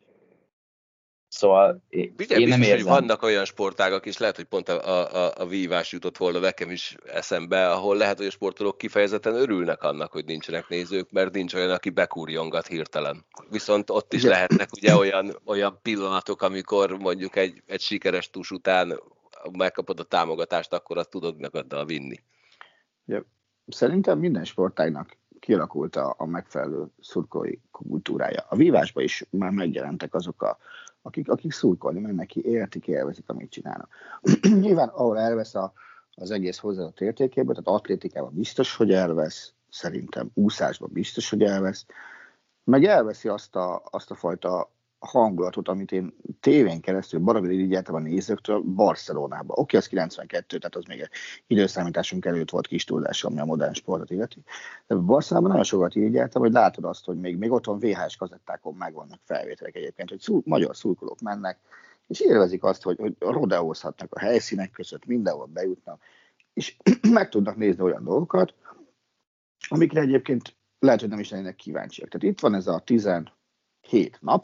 szóval én nem érzem. Hogy vannak olyan sportágak is, lehet, hogy pont a vívás jutott volna nekem is eszembe, ahol lehet, hogy a sportolók kifejezetten örülnek annak, hogy nincsenek nézők, mert nincs olyan, aki bekurjongat hirtelen. Viszont ott is lehetnek ugye olyan pillanatok, amikor mondjuk egy sikeres tus után megkapod a támogatást, akkor azt tudod magaddal vinni. Ja, szerintem minden sportágnak kialakult a megfelelő szurkolói kultúrája. A vívásban is már megjelentek azok akik szurkolni mennek ki, értik, élvezik, amit csinálnak. Nyilván, ahol elvesz az egész hozzáadott értékéből, tehát atlétikában biztos, hogy elvesz, szerintem úszásban biztos, hogy elvesz, meg elveszi azt a fajta hangulatot, amit én tévén keresztül baromi irigyeltem a nézőktől Barcelonában. Oké, az 92, tehát az még időszámításunk előtt volt kis túlzás, ami a modern sportot illeti. De Barcelonában nagyon sokat irigyeltem, hogy látod azt, hogy még otthon VHS kazettákon meg vannak felvételek egyébként, hogy magyar szurkolók mennek, és élvezik azt, hogy rodeózhatnak a helyszínek között, mindenhol bejutnak, és meg tudnak nézni olyan dolgokat, amikre egyébként lehet, hogy nem is lennének kíváncsiak. Tehát itt van ez a 17 nap,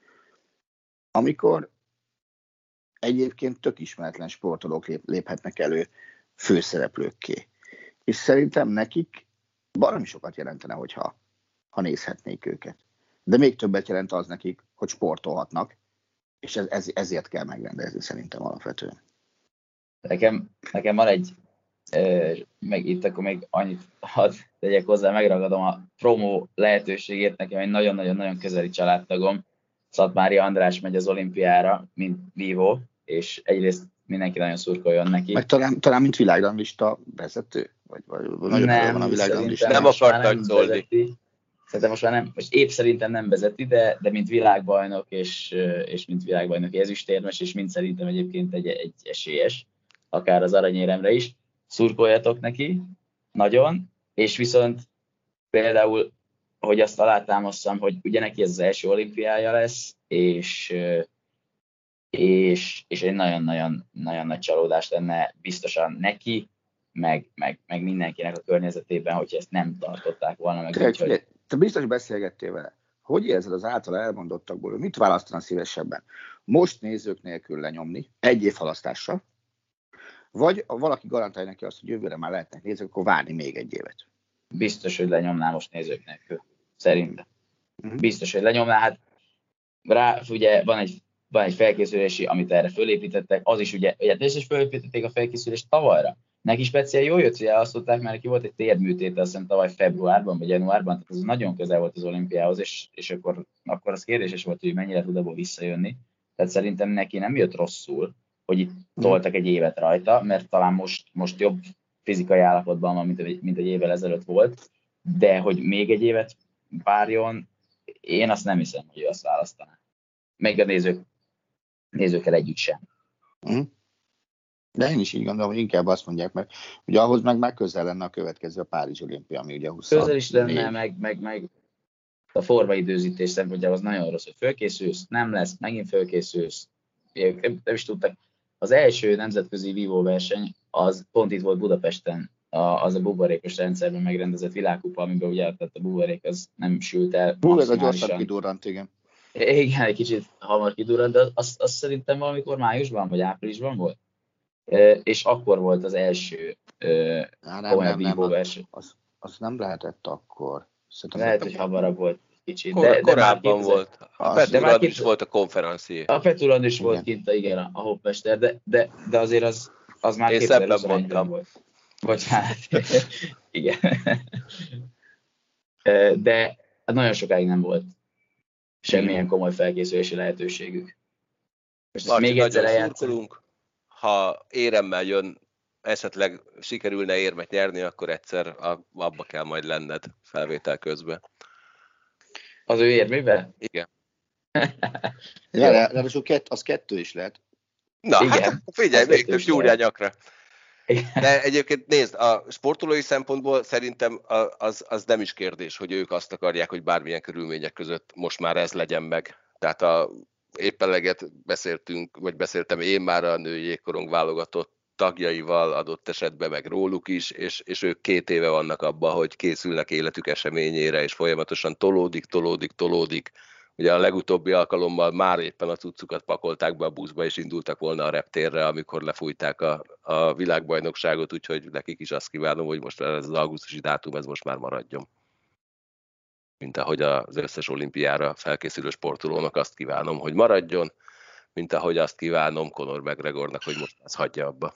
amikor egyébként tök ismeretlen sportolók léphetnek elő főszereplőkké. És szerintem nekik baromi sokat jelentene, hogyha nézhetnék őket. De még többet jelent az nekik, hogy sportolhatnak, és ezért kell megrendezni szerintem alapvetően. Nekem van egy, meg itt akkor még annyit hadd tegyek hozzá, megragadom a promó lehetőségét, nekem egy nagyon-nagyon-nagyon közeli családtagom, Szatmári András megy az olimpiára, mint vívó, és egyrészt mindenki nagyon szurkoljon neki. Meg talán mint világranglista vezető? Vagy nagyon van a világranglista. Nem akartak szólni. Szerintem most már nem, most épp szerintem nem vezeti, de mint világbajnok, és mint világbajnoki ezüstérmes, és mint szerintem egyébként egy esélyes, akár az aranyéremre is. Szurkoljatok neki, nagyon, és viszont például, hogy azt alátámasztam, hogy ugye neki ez az első olimpiája lesz, és egy nagyon-nagyon nagy csalódás lenne biztosan neki, meg mindenkinek a környezetében, hogyha ezt nem tartották volna meg. Te biztos beszélgettél vele. Hogy érzed az általa elmondottakból? Mit választanak szívesebben? Most nézők nélkül lenyomni, egy év halasztással, vagy valaki garantálja neki azt, hogy jövőre már lehetnek nézők, akkor várni még egy évet? Biztos, hogy lenyomná most nézők nélkül. Szerintem. Biztos, hogy lenyomná. Hát ugye van egy felkészülési, amit erre fölépítettek, az is ugye is fölépítették a felkészülést tavalyra. Neki speciál jól jött, hogy elasztották, mert neki volt egy térdműtéte, azt hiszem tavaly februárban vagy januárban, tehát ez nagyon közel volt az olimpiához, és akkor az kérdéses volt, hogy mennyire tud abból visszajönni. Tehát szerintem neki nem jött rosszul, hogy itt toltak egy évet rajta, mert talán most jobb fizikai állapotban van, mint egy évvel ezelőtt volt, de hogy még egy évet várjon, én azt nem hiszem, hogy ő azt választaná. Meg a nézőkkel együtt sem. De én is így gondolom, hogy inkább azt mondják, mert ugye ahhoz meg közel lenne a következő a Párizs olimpia, ami ugye 20. Közel is lenne, meg a formaidőzítés szempontjából az nagyon rossz, hogy fölkészülsz, nem lesz, megint fölkészülsz. Nem is tudtak. Az első nemzetközi vívóverseny az pont itt volt Budapesten, az a buborékos rendszerben megrendezett világkupa, amiben ugye a buborék az nem sült el. Ez a gyorsan kidurrant, igen. Igen, egy kicsit hamar kidurrant, de azt szerintem valamikor májusban vagy áprilisban volt. És akkor volt az első komolyabb vívóverseny. Az nem lehetett akkor. Szerintem lehet, hogy hamarabb volt kicsit. Korábban volt. A Petruland is volt a konferencié. A Petruland is volt kint, igen, a hoppmester, de azért az már 2021-ben volt. Bocsánat. Igen. De nagyon sokáig nem volt semmilyen komoly felkészülési lehetőségük. Most még egyszer szurkolunk, ha éremmel jön esetleg sikerülne érmet nyerni, akkor egyszer abba kell majd lenned felvétel közben. Az ő érmébe? Igen. Ráadásul az 2 is lehet. Na, igen. Hát, figyelj, még több gyúrja nyakra. De egyébként nézd, a sportolói szempontból szerintem az nem is kérdés, hogy ők azt akarják, hogy bármilyen körülmények között most már ez legyen meg. Tehát éppen eleget beszéltem én már a női jégkorong válogatott tagjaival, adott esetben meg róluk is, és ők 2 éve vannak abban, hogy készülnek életük eseményére, és folyamatosan tolódik. Ugye a legutóbbi alkalommal már éppen a cuccukat pakolták be a buszba, és indultak volna a reptérre, amikor lefújták a világbajnokságot, úgyhogy nekik is azt kívánom, hogy most ez az augusztusi dátum, ez most már maradjon. Mint ahogy az összes olimpiára felkészülő sportolónak azt kívánom, hogy maradjon, mint ahogy azt kívánom Conor McGregornak, hogy most ezt hagyja abba.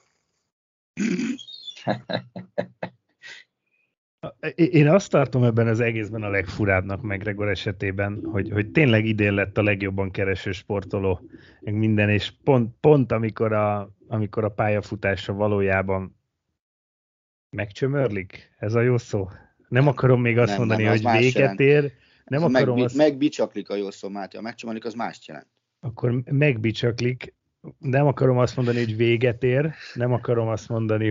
Én azt tartom ebben az egészben a legfurábbnak McGregor esetében, hogy tényleg idén lett a legjobban kereső sportoló, meg minden, és pont amikor a pályafutása valójában megcsömörlik, ez a jó szó. Nem akarom még azt mondani, hogy véget ér. Nem akarom megbicsaklik a jó szó, Máté, a megcsömörlik az mást jelent. Akkor megbicsaklik, nem akarom azt mondani, hogy véget ér, nem akarom azt mondani,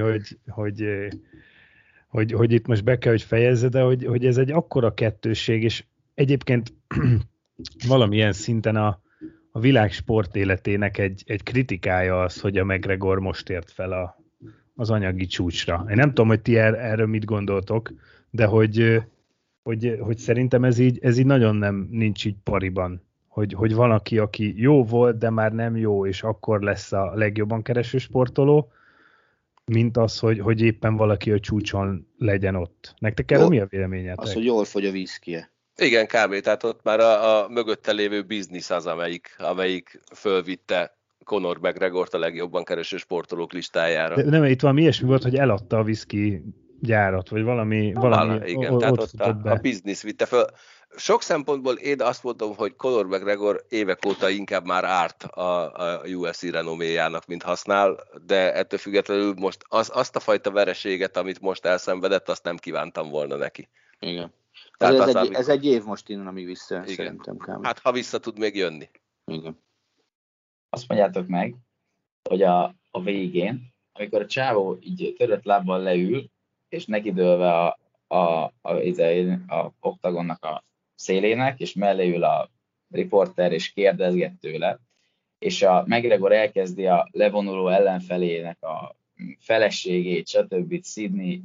hogy itt most be kell, hogy fejezze, de hogy ez egy akkora kettősség, és egyébként valamilyen szinten a világ sportéletének egy kritikája az, hogy a McGregor most ért fel az anyagi csúcsra. Én nem tudom, hogy ti erről mit gondoltok, de hogy szerintem ez így nagyon nincs így pariban. Hogy valaki, aki jó volt, de már nem jó, és akkor lesz a legjobban kereső sportoló, mint az, hogy éppen valaki a csúcson legyen ott. Nektek erről mi a véleményetek? Az, hogy jól fogy a viszkie. Igen, kb. Tehát ott már a mögötte lévő biznisz az, amelyik fölvitte Conor McGregort a legjobban kereső sportolók listájára. De nem, itt valami ilyesmi volt, hogy eladta a viszki gyárat, vagy valami igen, tehát ott a biznisz vitte föl. Sok szempontból én azt mondom, hogy Conor McGregor évek óta inkább már árt a UFC renoméjának, mint használ, de ettől függetlenül most azt a fajta vereséget, amit most elszenvedett, azt nem kívántam volna neki. Igen. Ez egy év most innen, amíg vissza, szerintem kb. Hát ha vissza tud még jönni. Igen. Azt mondjátok meg, hogy a végén, amikor a csávó így törött lábbal leül, és nekidőlve a oktagonnak a szélének, és mellé ül a riporter, és kérdezget tőle, és a McGregor elkezdi a levonuló ellenfelének a feleségét, stb. Szidni,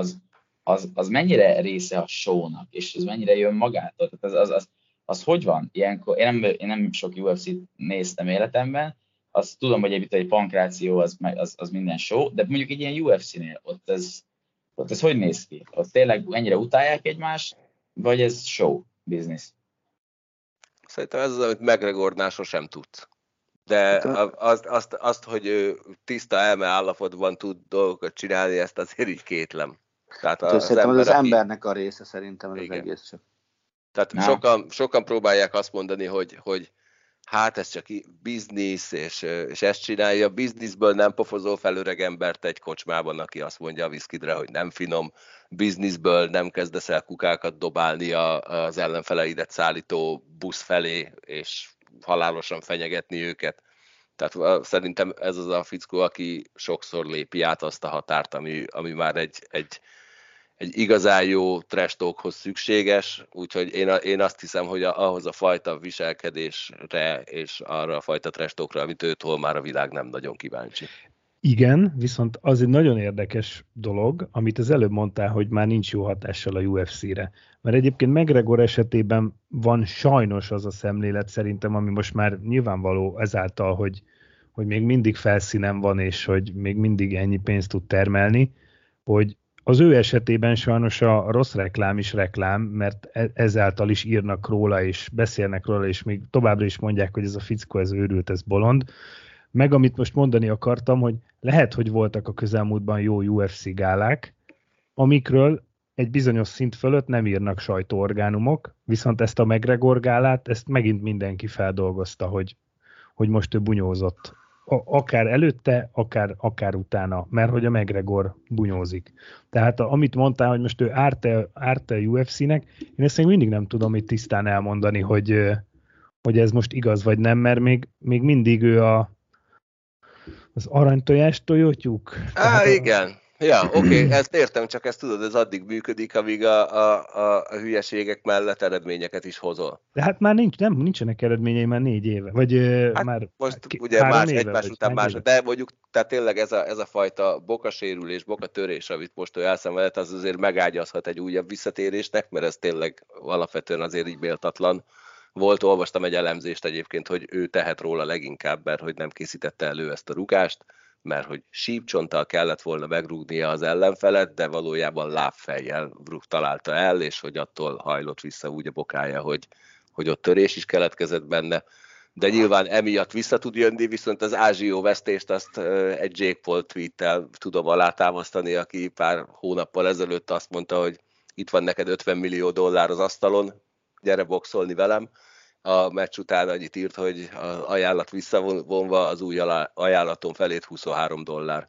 az mennyire része a shownak, és ez mennyire jön magától? Tehát az hogy van? Ilyenkor, én nem sok UFC-t néztem életemben, azt tudom, hogy egy pankráció az minden show, de mondjuk egy ilyen UFC-nél ott ez hogy néz ki? Ott tényleg ennyire utálják egymást, vagy ez show business? Szerintem ez az, amit McGregornál sosem tudsz. De azt, hogy ő tiszta elme állapotban tud dolgokat csinálni, ezt azért így kétlem. Tehát szerintem az embernek a része, szerintem ez az egész csak. Tehát sokan próbálják azt mondani, hogy hát ez csak biznisz, és ezt csinálja. Bizniszből nem pofozol fel öreg embert egy kocsmában, aki azt mondja a viszkidre, hogy nem finom. Bizniszből nem kezdesz el kukákat dobálni az ellenfeleidet szállító busz felé, és halálosan fenyegetni őket. Tehát szerintem ez az a fickó, aki sokszor lépi át azt a határt, ami már egy igazán jó trash talkhoz szükséges, úgyhogy én azt hiszem, hogy ahhoz a fajta viselkedésre és arra a fajta trash talkra, amit ő tol, már a világ nem nagyon kíváncsi. Igen, viszont az egy nagyon érdekes dolog, amit az előbb mondtál, hogy már nincs jó hatással a UFC-re. Mert egyébként McGregor esetében van sajnos az a szemlélet szerintem, ami most már nyilvánvaló ezáltal, hogy még mindig felszínen van, és hogy még mindig ennyi pénzt tud termelni, hogy az ő esetében sajnos a rossz reklám is reklám, mert ezáltal is írnak róla, és beszélnek róla, és még továbbra is mondják, hogy ez a fickó, ez őrült, ez bolond. Meg amit most mondani akartam, hogy lehet, hogy voltak a közelmúltban jó UFC gálák, amikről egy bizonyos szint fölött nem írnak sajtóorgánumok, viszont ezt a McGregor gálát, ezt megint mindenki feldolgozta, hogy most ő bunyózott akár előtte, akár utána, mert hogy a McGregor bunyózik. Tehát amit mondtál, hogy most ő árt a UFC-nek, én ezt még mindig nem tudom itt tisztán elmondani, hogy ez most igaz vagy nem, mert még mindig ő az aranytojás tojótyúk. Igen. Ja, oké, ezt értem, csak ezt tudod, ez addig működik, amíg a hülyeségek mellett eredményeket is hozol. De hát már nincsenek eredményei már 4 éve, vagy hát már most ugye más éve, egymás után más, de mondjuk, tehát tényleg ez a fajta bokasérülés, bokatörés, amit most ő elszenvedett, az azért megágyazhat egy újabb visszatérésnek, mert ez tényleg alapvetően azért így méltatlan volt. Olvastam egy elemzést egyébként, hogy ő tehet róla leginkább, mert hogy nem készítette elő ezt a rugást, mert hogy sípcsonttal kellett volna megrúgnia az ellenfelet, de valójában lábfejjel találta el, és hogy attól hajlott vissza úgy a bokája, hogy ott törés is keletkezett benne. De nyilván emiatt vissza tud jönni, viszont az ázsió vesztést azt egy Jake Paul tweettel tudom alátámasztani, aki pár hónappal ezelőtt azt mondta, hogy itt van neked $50 millió az asztalon, gyere boxolni velem. A meccs után annyit írt, hogy az ajánlat visszavonva az új ajánlaton felét $23.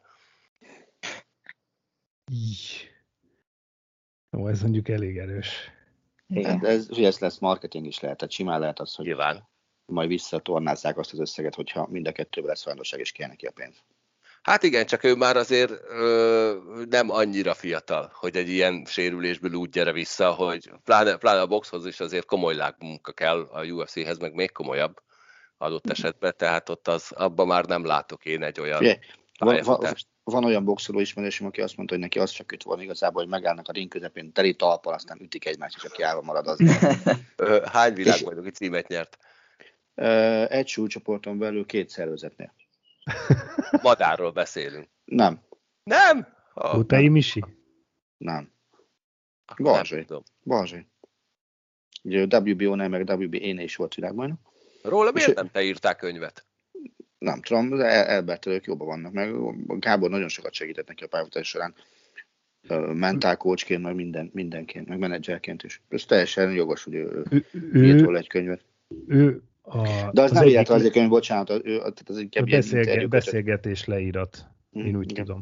Ó, ez mondjuk elég erős. Hát ez lesz marketing is lehet, tehát simán lehet az, hogy nyilván majd visszatornázzák azt az összeget, hogyha mind a kettőben lesz hajlandóság, és kell neki a pénz. Hát igen, csak ő már azért nem annyira fiatal, hogy egy ilyen sérülésből úgy gyere vissza, hogy pláne a boxhoz is azért komoly lábmunka kell, a UFC-hez meg még komolyabb adott esetben, tehát ott abban már nem látok én egy olyan pályafutást. Van olyan boxoló ismerősöm, aki azt mondta, hogy neki az csak üt volna igazából, hogy megállnak a ring közepén teli talpal, aztán ütik egymást, és aki állva marad az. Hány világbajnoki címet nyert? Egy súlycsoporton belül 2 szervezetnél. Madárról beszélünk. Nem. Nem? Utai Misi? Nem. Balzsai. Ugye WBO-nál meg WBA-nél is volt világbajnok. Róla miért nem te írták könyvet? Nem tudom, de Elberttel ők jobban vannak, meg Gábor nagyon sokat segített neki a pályafutás során. Mentál coachként, meg mindenként, meg menedzserként is. Ez teljesen jogos, hogy ő írt róla egy könyvet. De az nem írt az egy könyv, bocsánat, az egy beszélgetés leírat, én úgy tudom.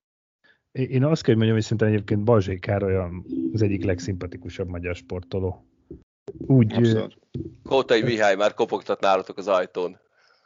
Én azt kell, hogy mondjam, hogy szerintem egyébként Balzsai Károly az egyik legszimpatikusabb magyar sportoló. Úgy... Kótai Mihály már kopogtat nálatok az ajtón.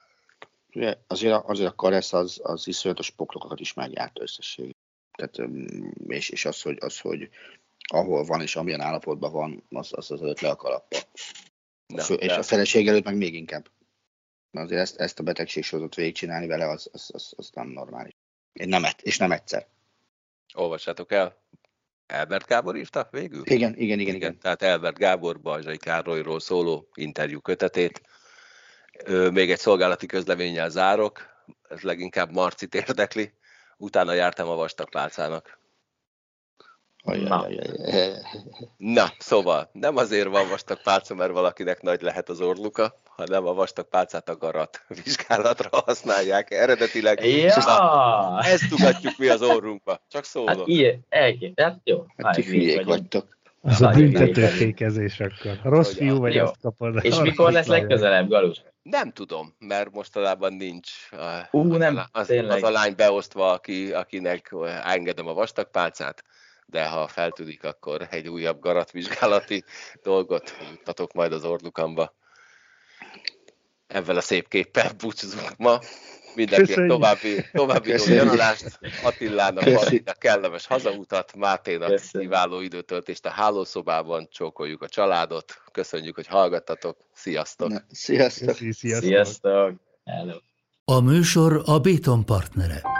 Azért a Karesz az iszonyatos poklokat is megjárt összességében. Tehát, és az, hogy ahol van és amilyen állapotban van, az előtt le a kalappa. És a feleség előtt meg még inkább. Azért ezt a betegségsorozat végigcsinálni vele, az nem normális. És nem egyszer. Olvassátok el. Elbert Gábor írta végül? Igen. Tehát Elbert Gábor Balzsai Károlyról szóló interjú kötetét. Még egy szolgálati közleménnyel zárok, ez leginkább Marcit érdekli. Utána jártam a vastagpálcának. Na, szóval nem azért van vastagpálca, mert valakinek nagy lehet az orluka, hanem a vastagpálcát a garat vizsgálatra használják eredetileg. Ja! Ezt tugatjuk mi az orrunkba. Csak szólok. Hát ilyen, hát jó. Hát ti hülyék vagytok. Az a büntetőfékezés akkor. A rossz fiú vagy jó. Azt kapod. És mikor lesz legközelebb, Galus? Nem tudom, mert mostanában nincs az a lány beosztva, akinek engedem a vastagpálcát, de ha feltűnik, akkor egy újabb garatvizsgálati dolgot juttatok majd az orlukamba. Ezzel a szép képpel búcsúzunk ma. Mindenkinek további jó nyaralást, Attilának a kellemes hazautat, Máténak kiváló időtöltést a hálószobában, csókoljuk a családot, köszönjük, hogy hallgattatok, sziasztok! Sziasztok! Sziasztok! Hello. A műsor a Béton partnere.